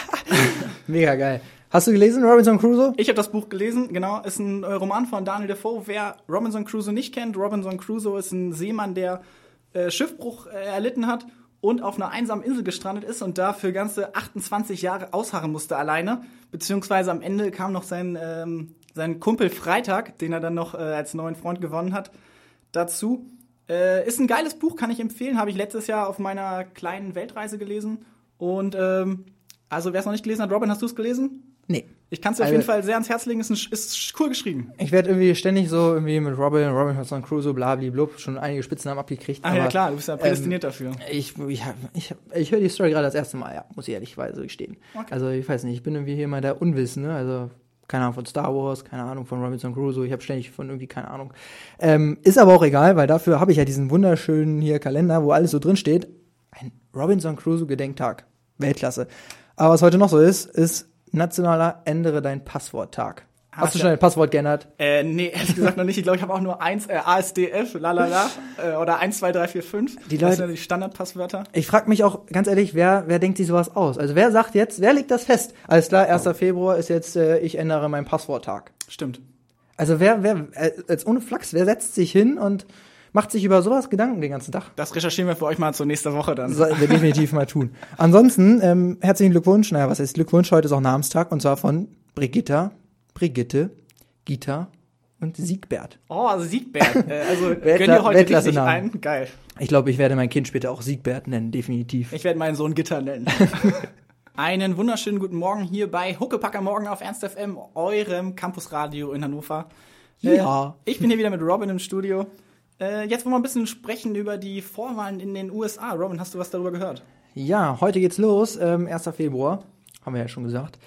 Mega geil. Hast du gelesen, Robinson Crusoe? Ich habe das Buch gelesen, genau. Ist ein äh, Roman von Daniel Defoe. Wer Robinson Crusoe nicht kennt, Robinson Crusoe ist ein Seemann, der äh, Schiffbruch äh, erlitten hat und auf einer einsamen Insel gestrandet ist und da für ganze achtundzwanzig Jahre ausharren musste alleine. Beziehungsweise am Ende kam noch sein, ähm, sein Kumpel Freitag, den er dann noch äh, als neuen Freund gewonnen hat, dazu. Äh, ist ein geiles Buch, kann ich empfehlen. Habe ich letztes Jahr auf meiner kleinen Weltreise gelesen. Und ähm, also wer es noch nicht gelesen hat, Robin, hast du es gelesen? Nee. Ich kann es dir auf Also, jeden Fall sehr ans Herz legen, ist, ein, ist cool geschrieben. Ich werde irgendwie ständig so irgendwie mit Robin, Robinson Crusoe, blablablub, schon einige Spitznamen abgekriegt. Ach aber, ja, klar, du bist ja prädestiniert ähm, dafür. Ich, ich, ich, ich höre die Story gerade das erste Mal, ja, muss ich ehrlicherweise gestehen. Okay. Also ich weiß nicht, ich bin irgendwie hier mal der Unwissende, also keine Ahnung von Star Wars, keine Ahnung von Robinson Crusoe, ich habe ständig von irgendwie keine Ahnung. Ähm, ist aber auch egal, weil dafür habe ich ja diesen wunderschönen hier Kalender, wo alles so drin steht. Ein Robinson Crusoe Gedenktag. Weltklasse. Aber was heute noch so ist, ist nationaler Ändere dein Passwort-Tag. Hast Hast du ja- schon dein Passwort geändert? Äh, nee, ehrlich gesagt noch nicht. Ich glaube, ich habe auch nur eins, äh, A S D F, lalala, äh, oder eins, zwei, drei, vier, fünf. Die Das Leute- sind ja die Standardpasswörter. Ich frage mich auch ganz ehrlich, wer, wer denkt sich sowas aus? Also wer sagt jetzt, wer legt das fest? Alles klar, erster Februar ist jetzt, äh, ich ändere meinen Passworttag. Stimmt. Also wer, wer, äh, jetzt ohne Flachs, wer setzt sich hin und macht sich über sowas Gedanken den ganzen Tag? Das recherchieren wir für euch mal zur nächsten Woche dann. Sollten wir definitiv mal tun. Ansonsten, ähm, herzlichen Glückwunsch. Naja, was heißt Glückwunsch? Heute ist auch Namenstag und zwar von Brigitta, Brigitte, Gita und Siegbert. Oh, also Siegbert. äh, also Weltkla- gönn dir heute Weltklasse richtig Namen. ein. Geil. Ich glaube, ich werde mein Kind später auch Siegbert nennen, definitiv. Ich werde meinen Sohn Gitter nennen. Einen wunderschönen guten Morgen hier bei Huckepacker Morgen auf Ernst F M, eurem Campusradio in Hannover. Ja. Äh, ich bin hier wieder mit Robin im Studio. Äh, jetzt wollen wir ein bisschen sprechen über die Vorwahlen in den U S A. Robin, hast du was darüber gehört? Ja, heute geht's los, ähm, erster Februar, haben wir ja schon gesagt.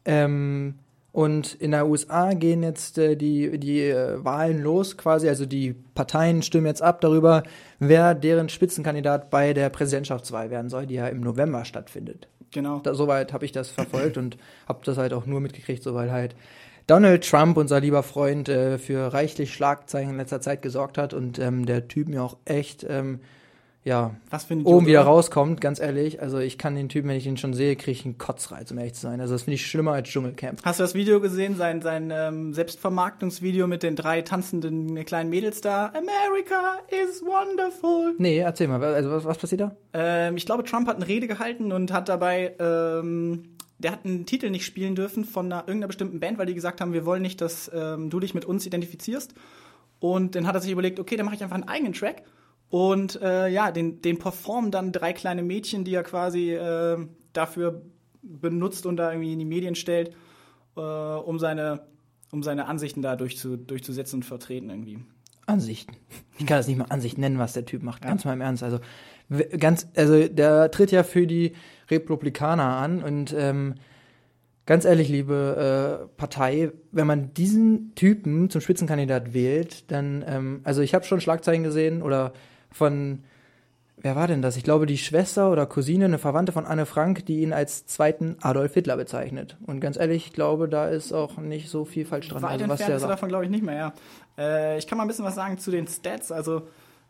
Ähm, und in der U S A gehen jetzt äh, die, die äh, Wahlen los quasi, also die Parteien stimmen jetzt ab darüber, wer deren Spitzenkandidat bei der Präsidentschaftswahl werden soll, die ja im November stattfindet. Genau. Da, soweit habe ich das verfolgt und habe das halt auch nur mitgekriegt, soweit halt Donald Trump, unser lieber Freund, äh, für reichlich Schlagzeilen in letzter Zeit gesorgt hat und ähm, der Typ mir auch echt ähm, ja, Was für ein oben Idiot, wieder oder? rauskommt, ganz ehrlich. Also ich kann den Typen, wenn ich ihn schon sehe, kriege ich einen Kotzreiz, um ehrlich zu sein. Also das finde ich schlimmer als Dschungelcamp. Hast du das Video gesehen, sein, sein ähm, Selbstvermarktungsvideo mit den drei tanzenden kleinen Mädels da? America is wonderful. Nee, erzähl mal, also was, was passiert da? Ähm, ich glaube, Trump hat eine Rede gehalten und hat dabei, ähm, der hat einen Titel nicht spielen dürfen von einer, irgendeiner bestimmten Band, weil die gesagt haben, wir wollen nicht, dass ähm, du dich mit uns identifizierst. Und dann hat er sich überlegt, okay, dann mache ich einfach einen eigenen Track. Und äh, ja, den, den performen dann drei kleine Mädchen, die er quasi äh, dafür benutzt und da irgendwie in die Medien stellt, äh, um seine, um seine Ansichten da durchzu, durchzusetzen und vertreten irgendwie. Ansichten. Ich kann das nicht mal Ansicht nennen, was der Typ macht. Ganz mal im Ernst. Also w- ganz, also der tritt ja für die Republikaner an und ähm, ganz ehrlich, liebe äh, Partei, wenn man diesen Typen zum Spitzenkandidat wählt, dann, ähm, also ich habe schon Schlagzeilen gesehen oder von, wer war denn das? Ich glaube, die Schwester oder Cousine, eine Verwandte von Anne Frank, die ihn als zweiten Adolf Hitler bezeichnet. Und ganz ehrlich, ich glaube, da ist auch nicht so viel falsch dran. Weit Also, was entfernt der ist er sagt. davon, glaube ich, nicht mehr, ja. Äh, ich kann mal ein bisschen was sagen zu den Stats. Also,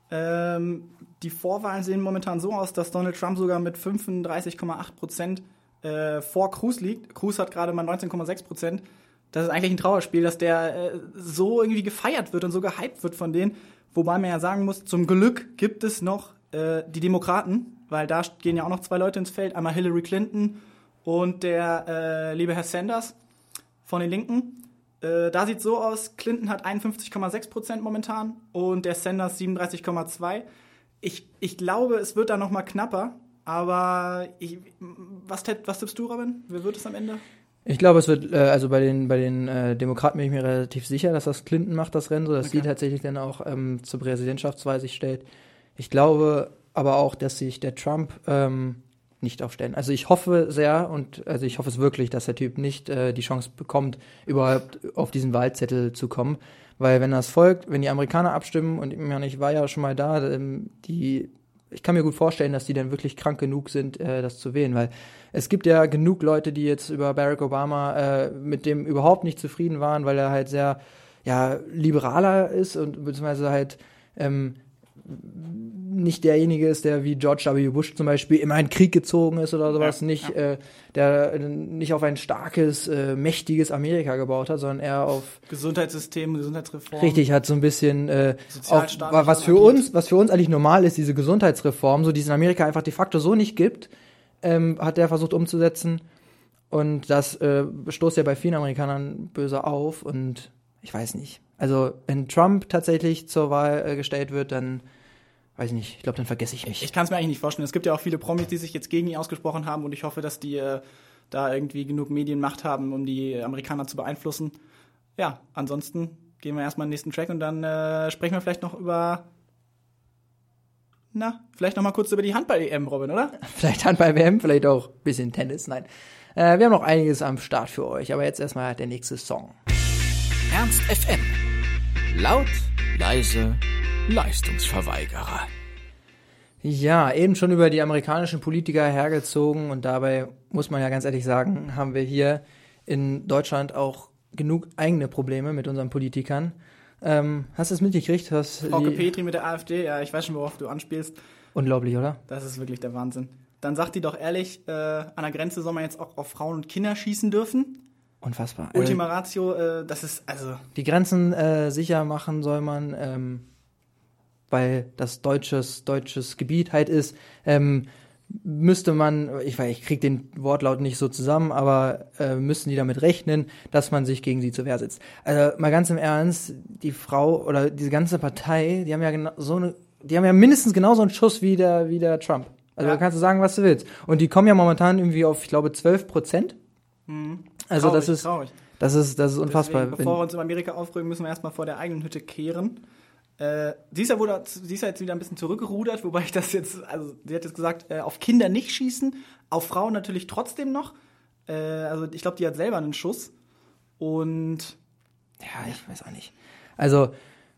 ähm, die Vorwahlen sehen momentan so aus, dass Donald Trump sogar mit fünfunddreißig Komma acht Prozent äh, vor Cruz liegt. Cruz hat gerade mal neunzehn Komma sechs Prozent. Das ist eigentlich ein Trauerspiel, dass der äh, so irgendwie gefeiert wird und so gehypt wird von denen. Wobei man ja sagen muss, zum Glück gibt es noch äh, die Demokraten, weil da gehen ja auch noch zwei Leute ins Feld. Einmal Hillary Clinton und der äh, liebe Herr Sanders von den Linken. Äh, da sieht es so aus, Clinton hat einundfünfzig Komma sechs Prozent momentan und der Sanders siebenunddreißig Komma zwei. Ich, ich glaube, es wird da noch mal knapper. aber ich, was, was tippst du, Robin? Wer wird es am Ende? Ich glaube, es wird, äh, also bei den bei den äh, Demokraten bin ich mir relativ sicher, dass das Clinton macht, das Rennen, so dass Okay. sie tatsächlich dann auch ähm, zur Präsidentschaftswahl sich stellt. Ich glaube aber auch, dass sich der Trump ähm, nicht aufstellen. Also ich hoffe sehr und also ich hoffe es wirklich, dass der Typ nicht äh, die Chance bekommt, überhaupt auf diesen Wahlzettel zu kommen. Weil wenn das folgt, wenn die Amerikaner abstimmen, und ich meine, ich war ja schon mal da, ähm, die ich kann mir gut vorstellen, dass die dann wirklich krank genug sind, äh, das zu wählen, weil es gibt ja genug Leute, die jetzt über Barack Obama äh, mit dem überhaupt nicht zufrieden waren, weil er halt sehr ja liberaler ist und beziehungsweise halt ähm, nicht derjenige ist, der wie George W. Bush zum Beispiel immer in den Krieg gezogen ist oder sowas, Ja, nicht ja. Äh, der äh, nicht auf ein starkes, äh, mächtiges Amerika gebaut hat, sondern eher auf Gesundheitssystem, Gesundheitsreform. richtig, hat so ein bisschen äh, auf, Sozialstaatlich was für agiert. uns, was für uns eigentlich normal ist, diese Gesundheitsreform, so die es in Amerika einfach de facto so nicht gibt, ähm, hat der versucht umzusetzen. Und das äh, stoßt ja bei vielen Amerikanern böse auf. Und ich weiß nicht. Also wenn Trump tatsächlich zur Wahl äh, gestellt wird, dann weiß ich nicht. Ich glaube, dann vergesse ich mich. Ich kann es mir eigentlich nicht vorstellen. Es gibt ja auch viele Promis, die sich jetzt gegen ihn ausgesprochen haben und ich hoffe, dass die äh, da irgendwie genug Medienmacht haben, um die Amerikaner zu beeinflussen. Ja, ansonsten gehen wir erstmal in den nächsten Track und dann äh, sprechen wir vielleicht noch über na, vielleicht noch mal kurz über die Handball-E M, Robin, oder? Vielleicht Handball-W M, vielleicht auch ein bisschen Tennis. Nein. Äh, wir haben noch einiges am Start für euch, aber jetzt erstmal der nächste Song. Ernst F M. Laut, leise, Leistungsverweigerer. Ja, eben schon über die amerikanischen Politiker hergezogen und dabei muss man ja ganz ehrlich sagen, haben wir hier in Deutschland auch genug eigene Probleme mit unseren Politikern. Ähm, hast du es mitgekriegt? Hast Frauke die- Petri mit der AfD, ja, ich weiß schon, worauf du anspielst. Unglaublich, oder? Das ist wirklich der Wahnsinn. Dann sagt die doch ehrlich, äh, an der Grenze soll man jetzt auch auf Frauen und Kinder schießen dürfen. Unfassbar. Ultima Ratio, äh, das ist, also, Die Grenzen äh, sicher machen soll man, ähm, weil das deutsches deutsches Gebiet halt ist, ähm, müsste man, ich weiß, ich krieg den Wortlaut nicht so zusammen, aber äh, müssten die damit rechnen, dass man sich gegen sie zur Wehr setzt. Also mal ganz im Ernst, die Frau oder diese ganze Partei, die haben ja genau so eine, die haben ja mindestens genauso einen Schuss wie der wie der Trump. Also Ja. da kannst du sagen, was du willst. Und die kommen ja momentan irgendwie auf, ich glaube, zwölf Prozent. Also traurig, das ist traurig. das ist das ist unfassbar. Deswegen, bevor wir uns in Amerika aufregen, müssen wir erstmal vor der eigenen Hütte kehren. Äh, sie ist ja wohl, sie ist ja jetzt wieder ein bisschen zurückgerudert, wobei ich das jetzt, also sie hat jetzt gesagt, äh, auf Kinder nicht schießen, auf Frauen natürlich trotzdem noch. Äh, also ich glaube, die hat selber einen Schuss. Und Ja, ich weiß auch nicht. Also,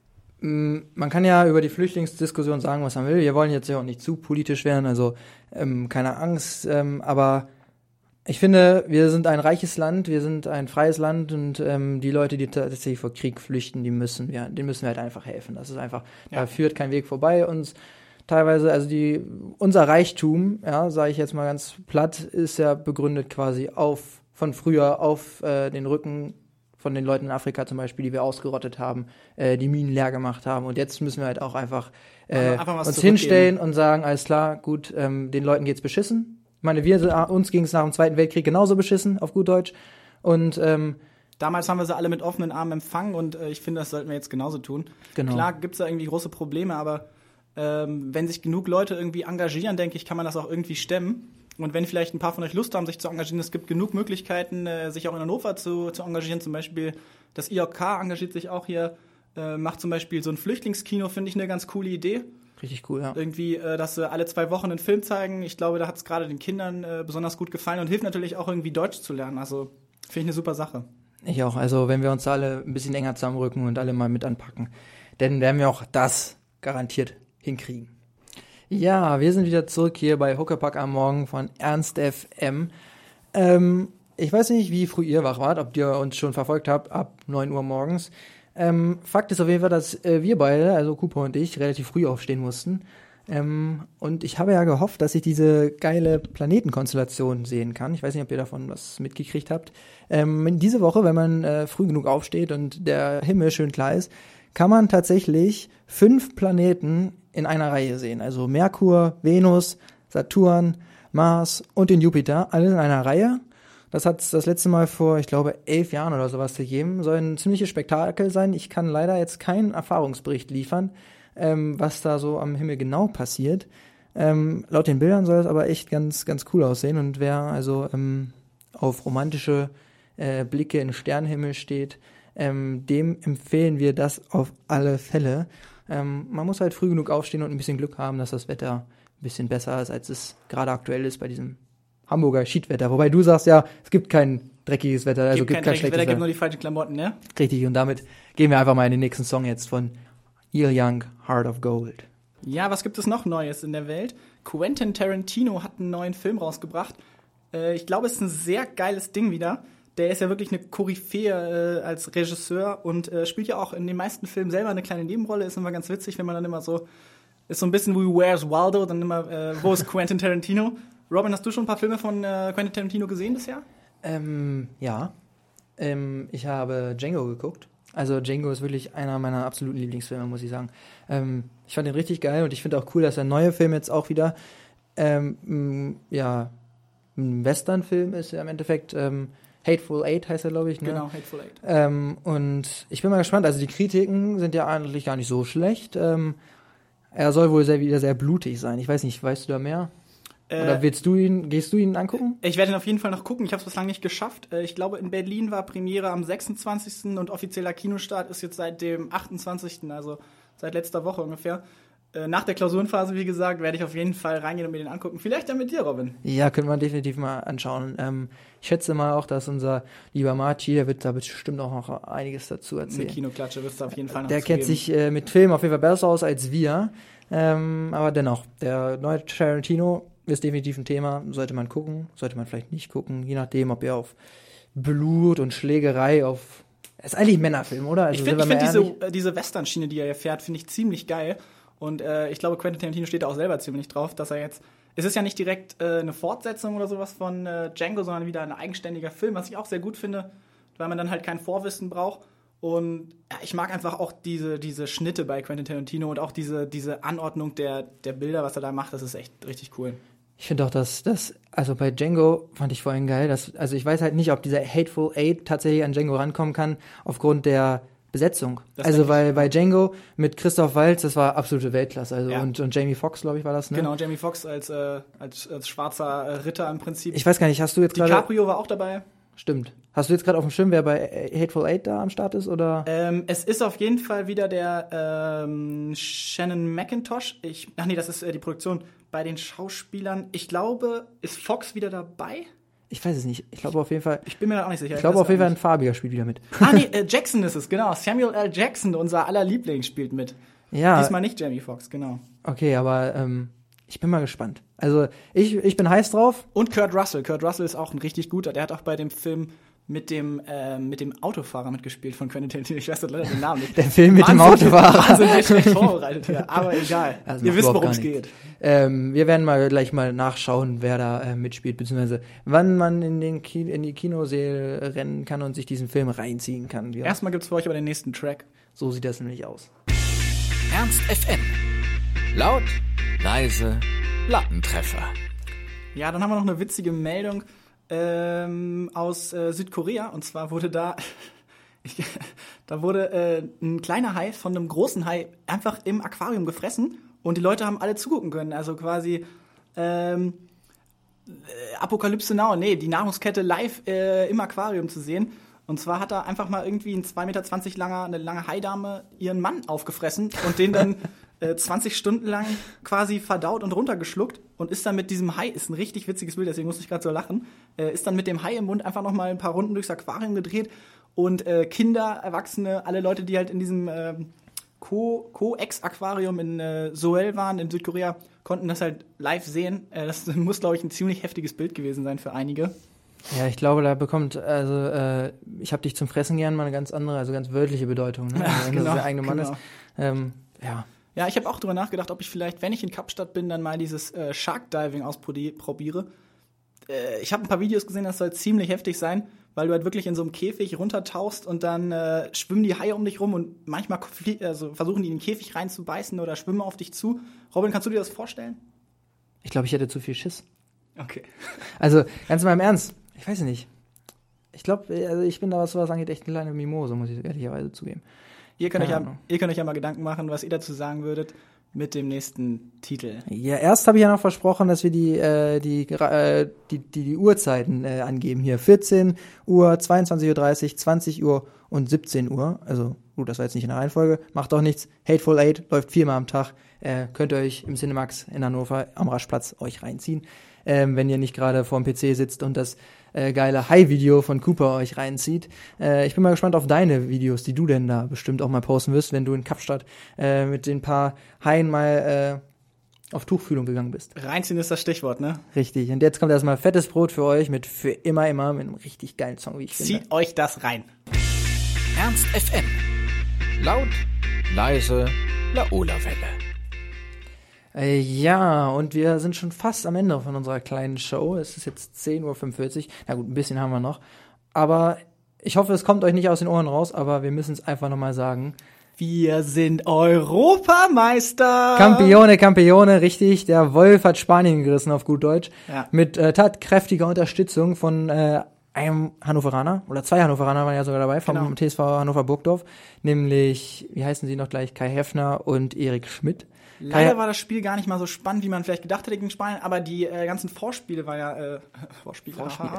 mh, man kann ja über die Flüchtlingsdiskussion sagen, was man will. Wir wollen jetzt ja auch nicht zu politisch werden, also ähm, keine Angst. Ähm, aber ich finde, wir sind ein reiches Land, wir sind ein freies Land und ähm, die Leute, die tatsächlich vor Krieg flüchten, die müssen wir, denen müssen wir halt einfach helfen. Das ist einfach, Ja. da führt kein Weg vorbei. Uns teilweise, also die unser Reichtum, ja, sage ich jetzt mal ganz platt, ist ja begründet quasi auf von früher auf äh, den Rücken von den Leuten in Afrika zum Beispiel, die wir ausgerottet haben, äh, die Minen leer gemacht haben. Und jetzt müssen wir halt auch einfach, äh, Einfach was uns zurückgeben. hinstellen und sagen, alles klar, gut, ähm, den Leuten geht's beschissen. Ich meine, wir, uns ging es nach dem Zweiten Weltkrieg genauso beschissen, auf gut Deutsch. Und ähm, damals haben wir sie alle mit offenen Armen empfangen und äh, ich finde, das sollten wir jetzt genauso tun. Genau. Klar gibt's da irgendwie große Probleme, aber ähm, wenn sich genug Leute irgendwie engagieren, denke ich, kann man das auch irgendwie stemmen. Und wenn vielleicht ein paar von euch Lust haben, sich zu engagieren, es gibt genug Möglichkeiten, äh, sich auch in Hannover zu, zu engagieren. Zum Beispiel das I O K engagiert sich auch hier, äh, macht zum Beispiel so ein Flüchtlingskino, finde ich eine ganz coole Idee. richtig cool, ja. Irgendwie, äh, dass sie alle zwei Wochen einen Film zeigen. Ich glaube, da hat es gerade den Kindern äh, besonders gut gefallen und hilft natürlich auch irgendwie Deutsch zu lernen. Also finde ich eine super Sache. Ich auch. Also wenn wir uns da alle ein bisschen enger zusammenrücken und alle mal mit anpacken, dann werden wir auch das garantiert hinkriegen. Ja, wir sind wieder zurück hier bei Huckepack am Morgen von Ernst F M. Ähm, ich weiß nicht, wie früh ihr wach wart, ob ihr uns schon verfolgt habt, ab neun Uhr morgens. Ähm, Fakt ist auf jeden Fall, dass äh, wir beide, also Cooper und ich, relativ früh aufstehen mussten. Ähm, und ich habe ja gehofft, dass ich diese geile Planetenkonstellation sehen kann. Ich weiß nicht, ob ihr davon was mitgekriegt habt. Ähm, diese Woche, wenn man äh, früh genug aufsteht und der Himmel schön klar ist, kann man tatsächlich fünf Planeten in einer Reihe sehen. Also Merkur, Venus, Saturn, Mars und den Jupiter, alle in einer Reihe. Das hat es das letzte Mal vor, ich glaube, elf Jahren oder sowas gegeben. Soll ein ziemliches Spektakel sein. Ich kann leider jetzt keinen Erfahrungsbericht liefern, ähm, was da so am Himmel genau passiert. Ähm, laut den Bildern soll es aber echt ganz, ganz cool aussehen. Und wer also ähm, auf romantische äh, Blicke in den Sternenhimmel steht, ähm, dem empfehlen wir das auf alle Fälle. Ähm, man muss halt früh genug aufstehen und ein bisschen Glück haben, dass das Wetter ein bisschen besser ist, als es gerade aktuell ist bei diesem Hamburger Schiedwetter. Wobei du sagst ja, es gibt kein dreckiges Wetter, also Gibt gibt kein kein dreckiges schlechtes Wetter, gibt Wetter. nur die falschen Klamotten, ne? Richtig, und damit gehen wir einfach mal in den nächsten Song jetzt von Neil Young, Heart of Gold. Ja, was gibt es noch Neues in der Welt? Quentin Tarantino hat einen neuen Film rausgebracht. Äh, ich glaube, es ist ein sehr geiles Ding wieder. Der ist ja wirklich eine Koryphäe äh, als Regisseur und äh, spielt ja auch in den meisten Filmen selber eine kleine Nebenrolle. Ist immer ganz witzig, wenn man dann immer so, ist so ein bisschen wie Where's Waldo, dann immer, äh, wo ist Quentin Tarantino? Robin, hast du schon ein paar Filme von äh, Quentin Tarantino gesehen bisher? Ähm, ja. Ähm, ich habe Django geguckt. Also Django ist wirklich einer meiner absoluten Lieblingsfilme, muss ich sagen. Ähm, ich fand den richtig geil und ich finde auch cool, dass der neue Film jetzt auch wieder ähm, m, ja, ein Western-Film ist, ja im Endeffekt. Ähm, Hateful Eight heißt er, glaube ich. Ne? Genau, Hateful Eight. Ähm, und ich bin mal gespannt. Also die Kritiken sind ja eigentlich gar nicht so schlecht. Ähm, er soll wohl sehr, wieder sehr blutig sein. Ich weiß nicht, weißt du da mehr? Äh, Oder willst du ihn, gehst du ihn angucken? Ich werde ihn auf jeden Fall noch gucken. Ich habe es bislang nicht geschafft. Äh, ich glaube, in Berlin war Premiere am sechsundzwanzigsten und offizieller Kinostart ist jetzt seit dem achtundzwanzigsten, also seit letzter Woche ungefähr. Äh, nach der Klausurenphase, wie gesagt, werde ich auf jeden Fall reingehen und mir den angucken. Vielleicht dann mit dir, Robin. Ja, können wir definitiv mal anschauen. Ähm, ich schätze mal auch, dass unser lieber Marci, der wird da bestimmt auch noch einiges dazu Eine erzählen. Kinoklatsche wirst du auf jeden Fall noch Der kennt zugeben. sich äh, mit Filmen auf jeden Fall besser aus als wir. Ähm, aber dennoch, der neue Tarantino ist definitiv ein Thema. Sollte man gucken, sollte man vielleicht nicht gucken. Je nachdem, ob er auf Blut und Schlägerei auf... Es ist eigentlich ein Männerfilm, oder? Also Ich finde sind wir find mal diese, äh, diese Western-Schiene, die er hier fährt, finde ich ziemlich geil. Und äh, ich glaube, Quentin Tarantino steht da auch selber ziemlich drauf, dass er jetzt... Es ist ja nicht direkt äh, eine Fortsetzung oder sowas von äh, Django, sondern wieder ein eigenständiger Film, was ich auch sehr gut finde, weil man dann halt kein Vorwissen braucht. Und ja, ich mag einfach auch diese, diese Schnitte bei Quentin Tarantino und auch diese, diese Anordnung der, der Bilder, was er da macht, das ist echt richtig cool. Ich finde auch, dass das, also bei Django fand ich vorhin geil, dass, also ich weiß halt nicht, ob dieser Hateful Eight tatsächlich an Django rankommen kann, aufgrund der Besetzung. Das Also denke ich. weil bei Django mit Christoph Waltz, das war absolute Weltklasse. Also Ja. und, und Jamie Foxx, glaube ich, war das, ne? Genau, Jamie Foxx als, äh, als, als schwarzer äh, Ritter im Prinzip. Ich weiß gar nicht, hast du jetzt gerade... DiCaprio war auch dabei. Stimmt. Hast du jetzt gerade auf dem Schirm, wer bei Hateful Eight da am Start ist, oder? Ähm, es ist auf jeden Fall wieder der ähm, Shannon McIntosh. Ich, ach nee, das ist äh, die Produktion. Bei den Schauspielern, ich glaube, ist Fox wieder dabei? Ich weiß es nicht. Ich glaube auf jeden Fall... Ich bin mir da auch nicht sicher. Ich glaube weiß auf jeden auch Fall ein nicht. farbiger spielt wieder mit. Ah nee, äh, Jackson ist es, genau. Samuel L. Jackson, unser aller Liebling, spielt mit. Ja, Diesmal nicht Jamie Foxx, genau. okay, aber ähm, ich bin mal gespannt. Also ich, ich bin heiß drauf. Und Kurt Russell. Kurt Russell ist auch ein richtig guter. Der hat auch bei dem Film mit dem, äh, mit dem Autofahrer mitgespielt von Quentin Tarantino. Ich weiß leider den Namen nicht. Der Film mit dem Wahnsinn, Autofahrer. Wahnsinn, der ist schlecht vorbereitet hier. Aber egal. Also Ihr macht wisst, überhaupt worum es gar nichts. geht. Ähm, wir werden mal gleich mal nachschauen, wer da äh, mitspielt, beziehungsweise wann man in, den Ki- in die Kinosäle rennen kann und sich diesen Film reinziehen kann. Ja, Erstmal gibt's für euch aber den nächsten Track. so sieht das nämlich aus. Ernst F M. Laut, leise, Lattentreffer. Ja, dann haben wir noch eine witzige Meldung ähm, aus äh, Südkorea. Und zwar wurde da, ich, da wurde äh, ein kleiner Hai von einem großen Hai einfach im Aquarium gefressen. Und die Leute haben alle zugucken können. Also quasi ähm, äh, Apokalypse Now. Nee, die Nahrungskette live äh, im Aquarium zu sehen. Und zwar hat da einfach mal irgendwie ein zwei Meter zwanzig langer, eine lange Haidame ihren Mann aufgefressen und den dann äh, zwanzig Stunden lang quasi verdaut und runtergeschluckt und ist dann mit diesem Hai, ist ein richtig witziges Bild, deswegen musste ich gerade so lachen, äh, ist dann mit dem Hai im Mund einfach noch mal ein paar Runden durchs Aquarium gedreht und äh, Kinder, Erwachsene, alle Leute, die halt in diesem äh, Co- Co-Ex-Aquarium in äh, Seoul waren, in Südkorea, konnten das halt live sehen. Äh, das muss, glaube ich, ein ziemlich heftiges Bild gewesen sein für einige. Ja, ich glaube, da bekommt, also, äh, ich hab dich zum Fressen gern mal eine ganz andere, also ganz wörtliche Bedeutung, ne? Also, wenn genau, das der eigene Mann genau. ist. Ähm, ja. Ja, ich habe auch drüber nachgedacht, ob ich vielleicht, wenn ich in Kapstadt bin, dann mal dieses äh, Shark Diving ausprobiere. Äh, ich habe ein paar Videos gesehen, das soll ziemlich heftig sein, weil du halt wirklich in so einem Käfig runtertauchst und dann äh, schwimmen die Haie um dich rum und manchmal flie- also versuchen die in den Käfig reinzubeißen oder schwimmen auf dich zu. Robin, kannst du dir das vorstellen? Ich glaube, ich hätte zu viel Schiss. Okay. Also, ganz mal im Ernst, ich weiß nicht. Ich glaube, also ich bin da, was sowas angeht, echt eine kleine Mimose, muss ich ehrlicherweise zugeben. Ihr könnt, euch ja, Ahnung. ihr könnt euch ja mal Gedanken machen, was ihr dazu sagen würdet mit dem nächsten Titel. Ja, erst habe ich ja noch versprochen, dass wir die äh, die, äh, die die die Uhrzeiten äh, angeben hier. vierzehn Uhr, zweiundzwanzig Uhr dreißig, zwanzig Uhr und siebzehn Uhr. Also gut, das war jetzt nicht in der Reihenfolge. Macht auch nichts. Hateful Eight läuft viermal am Tag. Äh, könnt ihr euch im Cinemax in Hannover am Raschplatz euch reinziehen. Ähm, wenn ihr nicht gerade vorm P C sitzt und das äh, geile High-Video von Cooper euch reinzieht. Äh, ich bin mal gespannt auf deine Videos, die du denn da bestimmt auch mal posten wirst, wenn du in Kapstadt äh, mit den paar Haien mal äh, auf Tuchfühlung gegangen bist. Reinziehen ist das Stichwort, ne? Richtig. Und jetzt kommt erstmal fettes Brot für euch mit Für immer, immer mit einem richtig geilen Song, wie ich finde. Zieht euch das rein. Ernst F M. Laut, leise, Laola-Welle. Äh, ja, und wir sind schon fast am Ende von unserer kleinen Show. Es ist jetzt zehn Uhr fünfundvierzig. Na gut, ein bisschen haben wir noch. Aber ich hoffe, es kommt euch nicht aus den Ohren raus, aber wir müssen es einfach nochmal sagen. Wir sind Europameister. Campione, Campione, richtig. Der Wolf hat Spanien gerissen, auf gut Deutsch. Ja. Mit äh, tatkräftiger Unterstützung von äh, einem Hannoveraner. Oder zwei Hannoveraner waren ja sogar dabei, vom Genau. T S V Hannover Burgdorf. Nämlich, wie heißen sie noch gleich? Kai Heffner und Erik Schmidt. Leider Kai, war das Spiel gar nicht mal so spannend, wie man vielleicht gedacht hätte gegen Spanien, aber die äh, ganzen Vorspiele war ja, äh, Vorspiele, Vorspiele.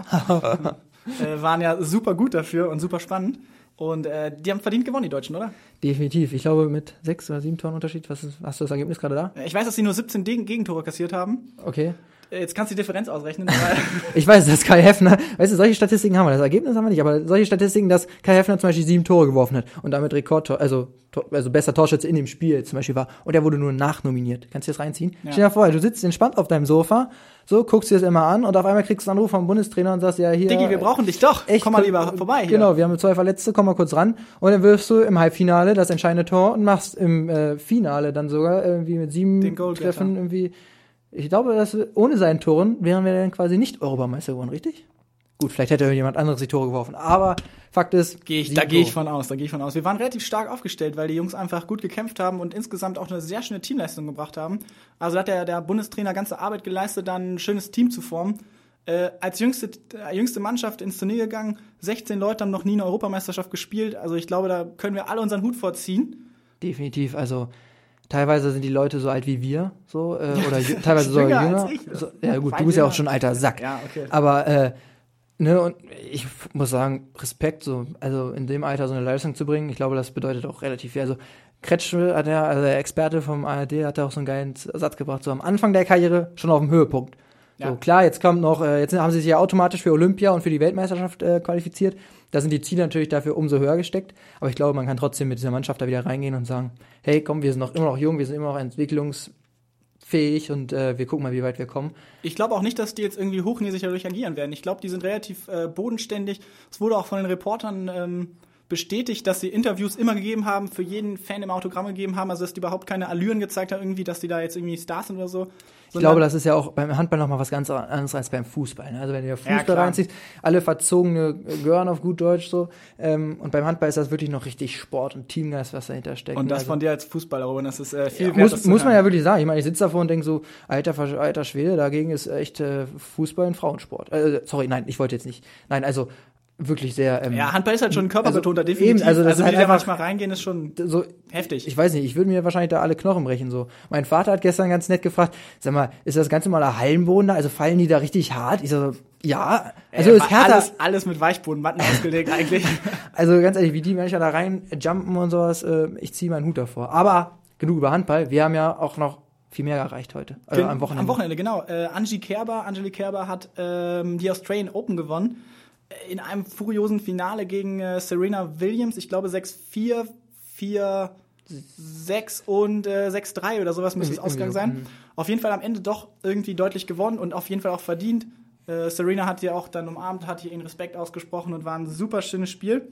äh, waren ja super gut dafür und super spannend. Und äh, die haben verdient gewonnen, die Deutschen, oder? Definitiv. Ich glaube, mit sechs oder sieben Toren Unterschied. Was ist, hast du das Ergebnis gerade da? Ich weiß, dass sie nur siebzehn Degen- Gegentore kassiert haben. Okay. Äh, Jetzt kannst du die Differenz ausrechnen. Weil Ich weiß, dass Kai Heffner, weißt du, solche Statistiken haben wir, das Ergebnis haben wir nicht, aber solche Statistiken, dass Kai Heffner zum Beispiel sieben Tore geworfen hat und damit Rekordtor, also, Tor- also bester Torschütze in dem Spiel zum Beispiel war und er wurde nur nachnominiert. Kannst du das reinziehen? Ja. Stell dir vor, du sitzt entspannt auf deinem Sofa, so, guckst dir das immer an und auf einmal kriegst du einen Anruf vom Bundestrainer und sagst, ja, hier. Diggi, wir brauchen dich doch. Echt, Komm mal lieber vorbei hier. Genau, wir haben zwei Verletzte, komm mal kurz ran. Und dann wirfst du im Halbfinale das entscheidende Tor und machst im äh, Finale dann sogar irgendwie mit sieben Den Goalgetter. Treffen irgendwie. Ich glaube, dass wir, ohne seinen Toren wären wir dann quasi nicht Europameister geworden, richtig? Gut, vielleicht hätte jemand anderes die Tore geworfen, aber Fakt ist, Geh ich, sieben da gehe ich Tore. von aus, da gehe ich von aus. Wir waren relativ stark aufgestellt, weil die Jungs einfach gut gekämpft haben und insgesamt auch eine sehr schöne Teamleistung gebracht haben. Also hat der, der Bundestrainer ganze Arbeit geleistet, dann ein schönes Team zu formen. Äh, als jüngste, äh, jüngste Mannschaft ins Turnier gegangen, sechzehn Leute haben noch nie eine Europameisterschaft gespielt. Also ich glaube, da können wir alle unseren Hut vorziehen. Definitiv, also teilweise sind die Leute so alt wie wir, so, äh, Ja, oder jü- teilweise so jünger jünger. als ich. So, ja gut, Weit du bist ja auch jünger. schon ein alter Sack. Ja, okay. Aber, äh, ne, und ich muss sagen, Respekt, so, also in dem Alter so eine Leistung zu bringen, ich glaube, das bedeutet auch relativ viel. Also Kretschme hat ja, also der Experte vom A R D hat ja auch so einen geilen Satz gebracht, so am Anfang der Karriere schon auf dem Höhepunkt. Ja. So, klar, jetzt kommt noch, äh, jetzt haben sie sich ja automatisch für Olympia und für die Weltmeisterschaft äh, qualifiziert. Da sind die Ziele natürlich dafür umso höher gesteckt. Aber ich glaube, man kann trotzdem mit dieser Mannschaft da wieder reingehen und sagen, hey, komm, wir sind noch immer noch jung, wir sind immer noch entwicklungsfähig und äh, wir gucken mal, wie weit wir kommen. Ich glaube auch nicht, dass die jetzt irgendwie hochnäsig dadurch agieren werden. Ich glaube, die sind relativ äh, bodenständig. Es wurde auch von den Reportern ähm, bestätigt, dass sie Interviews immer gegeben haben, für jeden Fan immer Autogramme gegeben haben, also dass die überhaupt keine Allüren gezeigt haben, irgendwie, dass die da jetzt irgendwie Stars sind oder so. Ich glaube, das ist ja auch beim Handball noch mal was ganz anderes als beim Fußball. Ne? Also wenn du dir Fußball Ja, klar. reinziehst, alle verzogene Gören auf gut Deutsch so. Ähm, und beim Handball ist das wirklich noch richtig Sport und Teamgeist, was dahinter steckt. Und das also, von dir als Fußballer, Robin, das ist äh, viel ja, wert, das muss, zu muss man hören. ja wirklich sagen. Ich meine, ich sitze davor und denke so, alter, Versch- alter Schwede, dagegen ist echt äh, Fußball ein Frauensport. Äh, sorry, nein, ich wollte jetzt nicht. Nein, also wirklich sehr. Ähm, Ja, Handball ist halt schon ein körperbetonter, also, definitiv. Eben, also das ist halt wie die da einfach manchmal reingehen, ist schon so heftig. Ich weiß nicht, ich würde mir wahrscheinlich da alle Knochen brechen so. Mein Vater hat gestern ganz nett gefragt, sag mal, ist das ganz normaler Hallenboden da? Also fallen die da richtig hart? Ich so, ja. Also Äh, ist härter. alles, alles mit Weichbodenmatten ausgelegt eigentlich. Also ganz ehrlich, wie die Menschen da rein jumpen und sowas, äh, ich ziehe meinen Hut davor. Aber genug über Handball. Wir haben ja auch noch viel mehr erreicht heute. Also Gen- am Wochenende. Am Wochenende, genau. Äh, Angie Kerber, Angelique Kerber hat ähm, die Australian Open gewonnen. Äh, In einem furiosen Finale gegen äh, Serena Williams. Ich glaube sechs vier, vier sechs und äh, sechs drei oder sowas müsste es Irgendwie- Ausgang irgendwie sein. so, Auf jeden Fall am Ende doch irgendwie deutlich gewonnen und auf jeden Fall auch verdient. Äh, Serena hat ihr auch dann umarmt, hat ihr ihren Respekt ausgesprochen und war ein super schönes Spiel.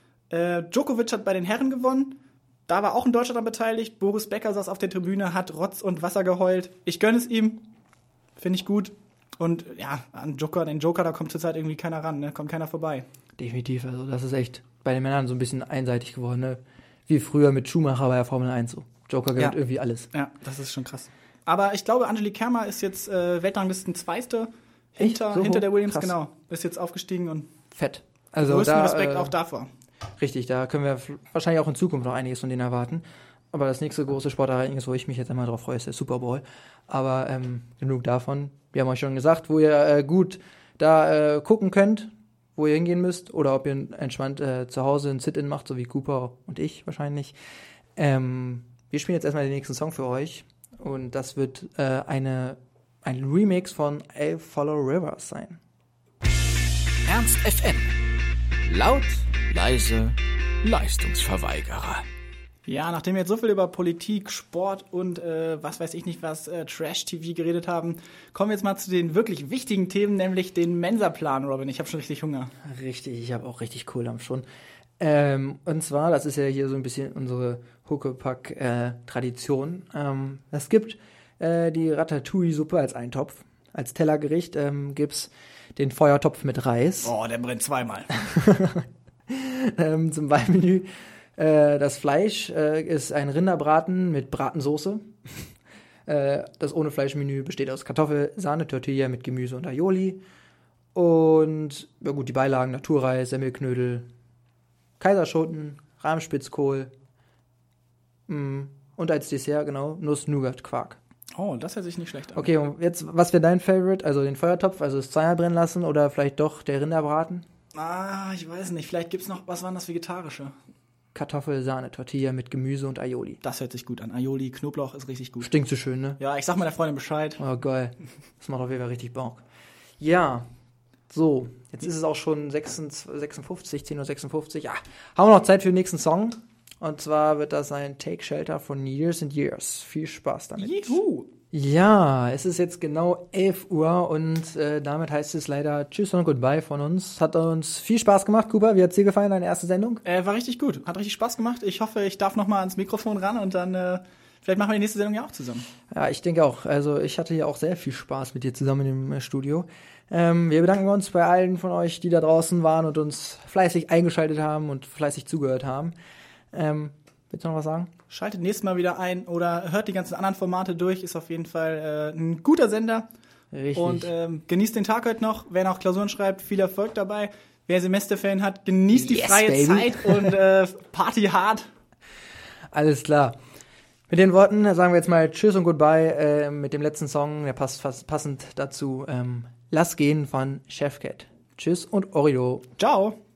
Äh, Djokovic hat bei den Herren gewonnen. Da war auch ein Deutscher daran beteiligt. Boris Becker saß auf der Tribüne, hat Rotz und Wasser geheult. Ich gönne es ihm. Finde ich gut. Und ja, an Joker, den Joker, da kommt zurzeit irgendwie keiner ran, ne? Kommt keiner vorbei. Definitiv, also das ist echt bei den Männern so ein bisschen einseitig geworden, ne? Wie früher mit Schumacher bei der Formel eins so. Joker gewinnt Ja. irgendwie alles. Ja, das ist schon krass. Aber ich glaube, Angelique Kerber ist jetzt äh, Weltranglisten Zweite hinter, Echt? So hinter hoch? der Williams, Krass. genau. Ist jetzt aufgestiegen und Fett. Also größten da, Respekt äh, auch davor. Richtig, da können wir wahrscheinlich auch in Zukunft noch einiges von denen erwarten. Aber das nächste große Sportereignis, wo ich mich jetzt einmal drauf freue, ist der Super Bowl. Aber ähm, genug davon. Wir haben euch schon gesagt, wo ihr äh, gut da äh, gucken könnt, wo ihr hingehen müsst. Oder ob ihr entspannt äh, zu Hause ein Sit-In macht, so wie Cooper und ich wahrscheinlich. Ähm, wir spielen jetzt erstmal den nächsten Song für euch. Und das wird äh, eine, ein Remix von A Follow Rivers sein. Ernst F M. Laut, leise, Leistungsverweigerer. Ja, nachdem wir jetzt so viel über Politik, Sport und äh, was weiß ich nicht was, äh, Trash-T V geredet haben, kommen wir jetzt mal zu den wirklich wichtigen Themen, nämlich den Mensa-Plan, Robin. Ich habe schon richtig Hunger. Richtig, ich habe auch richtig Kohle am schon. Ähm, und zwar, das ist ja hier so ein bisschen unsere Huckepack-Tradition. Ähm, es gibt äh, die Ratatouille-Suppe als Eintopf. Als Tellergericht ähm, gibt's den Feuertopf mit Reis. Oh, der brennt zweimal. ähm, zum Beimenü. Äh, das Fleisch äh, ist ein Rinderbraten mit Bratensoße. äh, das ohne Fleischmenü besteht aus Kartoffel, Sahne, Tortilla mit Gemüse und Aioli. Und ja gut, die Beilagen: Naturreis, Semmelknödel, Kaiserschoten, Rahmspitzkohl mh, und als Dessert, genau, Nuss-Nougat-Quark. Oh, das hört sich nicht schlecht an. Okay, und jetzt, was wäre dein Favorite? Also den Feuertopf, also das zweimal brennen lassen oder vielleicht doch der Rinderbraten? Ah, ich weiß nicht. Vielleicht gibt's noch, was waren das Vegetarische? Kartoffel, Sahne, Tortilla mit Gemüse und Aioli. Das hört sich gut an. Aioli, Knoblauch ist richtig gut. Stinkt so schön, ne? Ja, ich sag meiner Freundin Bescheid. Oh, geil. Das macht auf jeden Fall richtig Bock. Ja, so, jetzt ist es auch schon sechsundfünfzig, zehn Uhr sechsundfünfzig. Ja, haben wir noch Zeit für den nächsten Song. Und zwar wird das ein Take Shelter von Years and Years. Viel Spaß damit. Juhu! Ja, es ist jetzt genau elf Uhr und äh, damit heißt es leider Tschüss und Goodbye von uns. Hat uns viel Spaß gemacht, Cooper. Wie hat's dir gefallen, deine erste Sendung? Äh, war richtig gut. Hat richtig Spaß gemacht. Ich hoffe, ich darf noch mal ans Mikrofon ran und dann äh, vielleicht machen wir die nächste Sendung ja auch zusammen. Ja, ich denke auch. Also ich hatte ja auch sehr viel Spaß mit dir zusammen im äh, Studio. Ähm, wir bedanken uns bei allen von euch, die da draußen waren und uns fleißig eingeschaltet haben und fleißig zugehört haben. Ähm, willst du noch was sagen? Schaltet nächstes Mal wieder ein oder hört die ganzen anderen Formate durch. Ist auf jeden Fall äh, ein guter Sender. Richtig. Und ähm, genießt den Tag heute noch. Wer noch Klausuren schreibt, viel Erfolg dabei. Wer Semesterferien hat, genießt die Yes, freie baby. Zeit und äh, Party hard. Alles klar. Mit den Worten sagen wir jetzt mal Tschüss und Goodbye äh, mit dem letzten Song, der passt fast passend dazu. Ähm, Lass gehen von Chefcat. Tschüss und Orido. Ciao.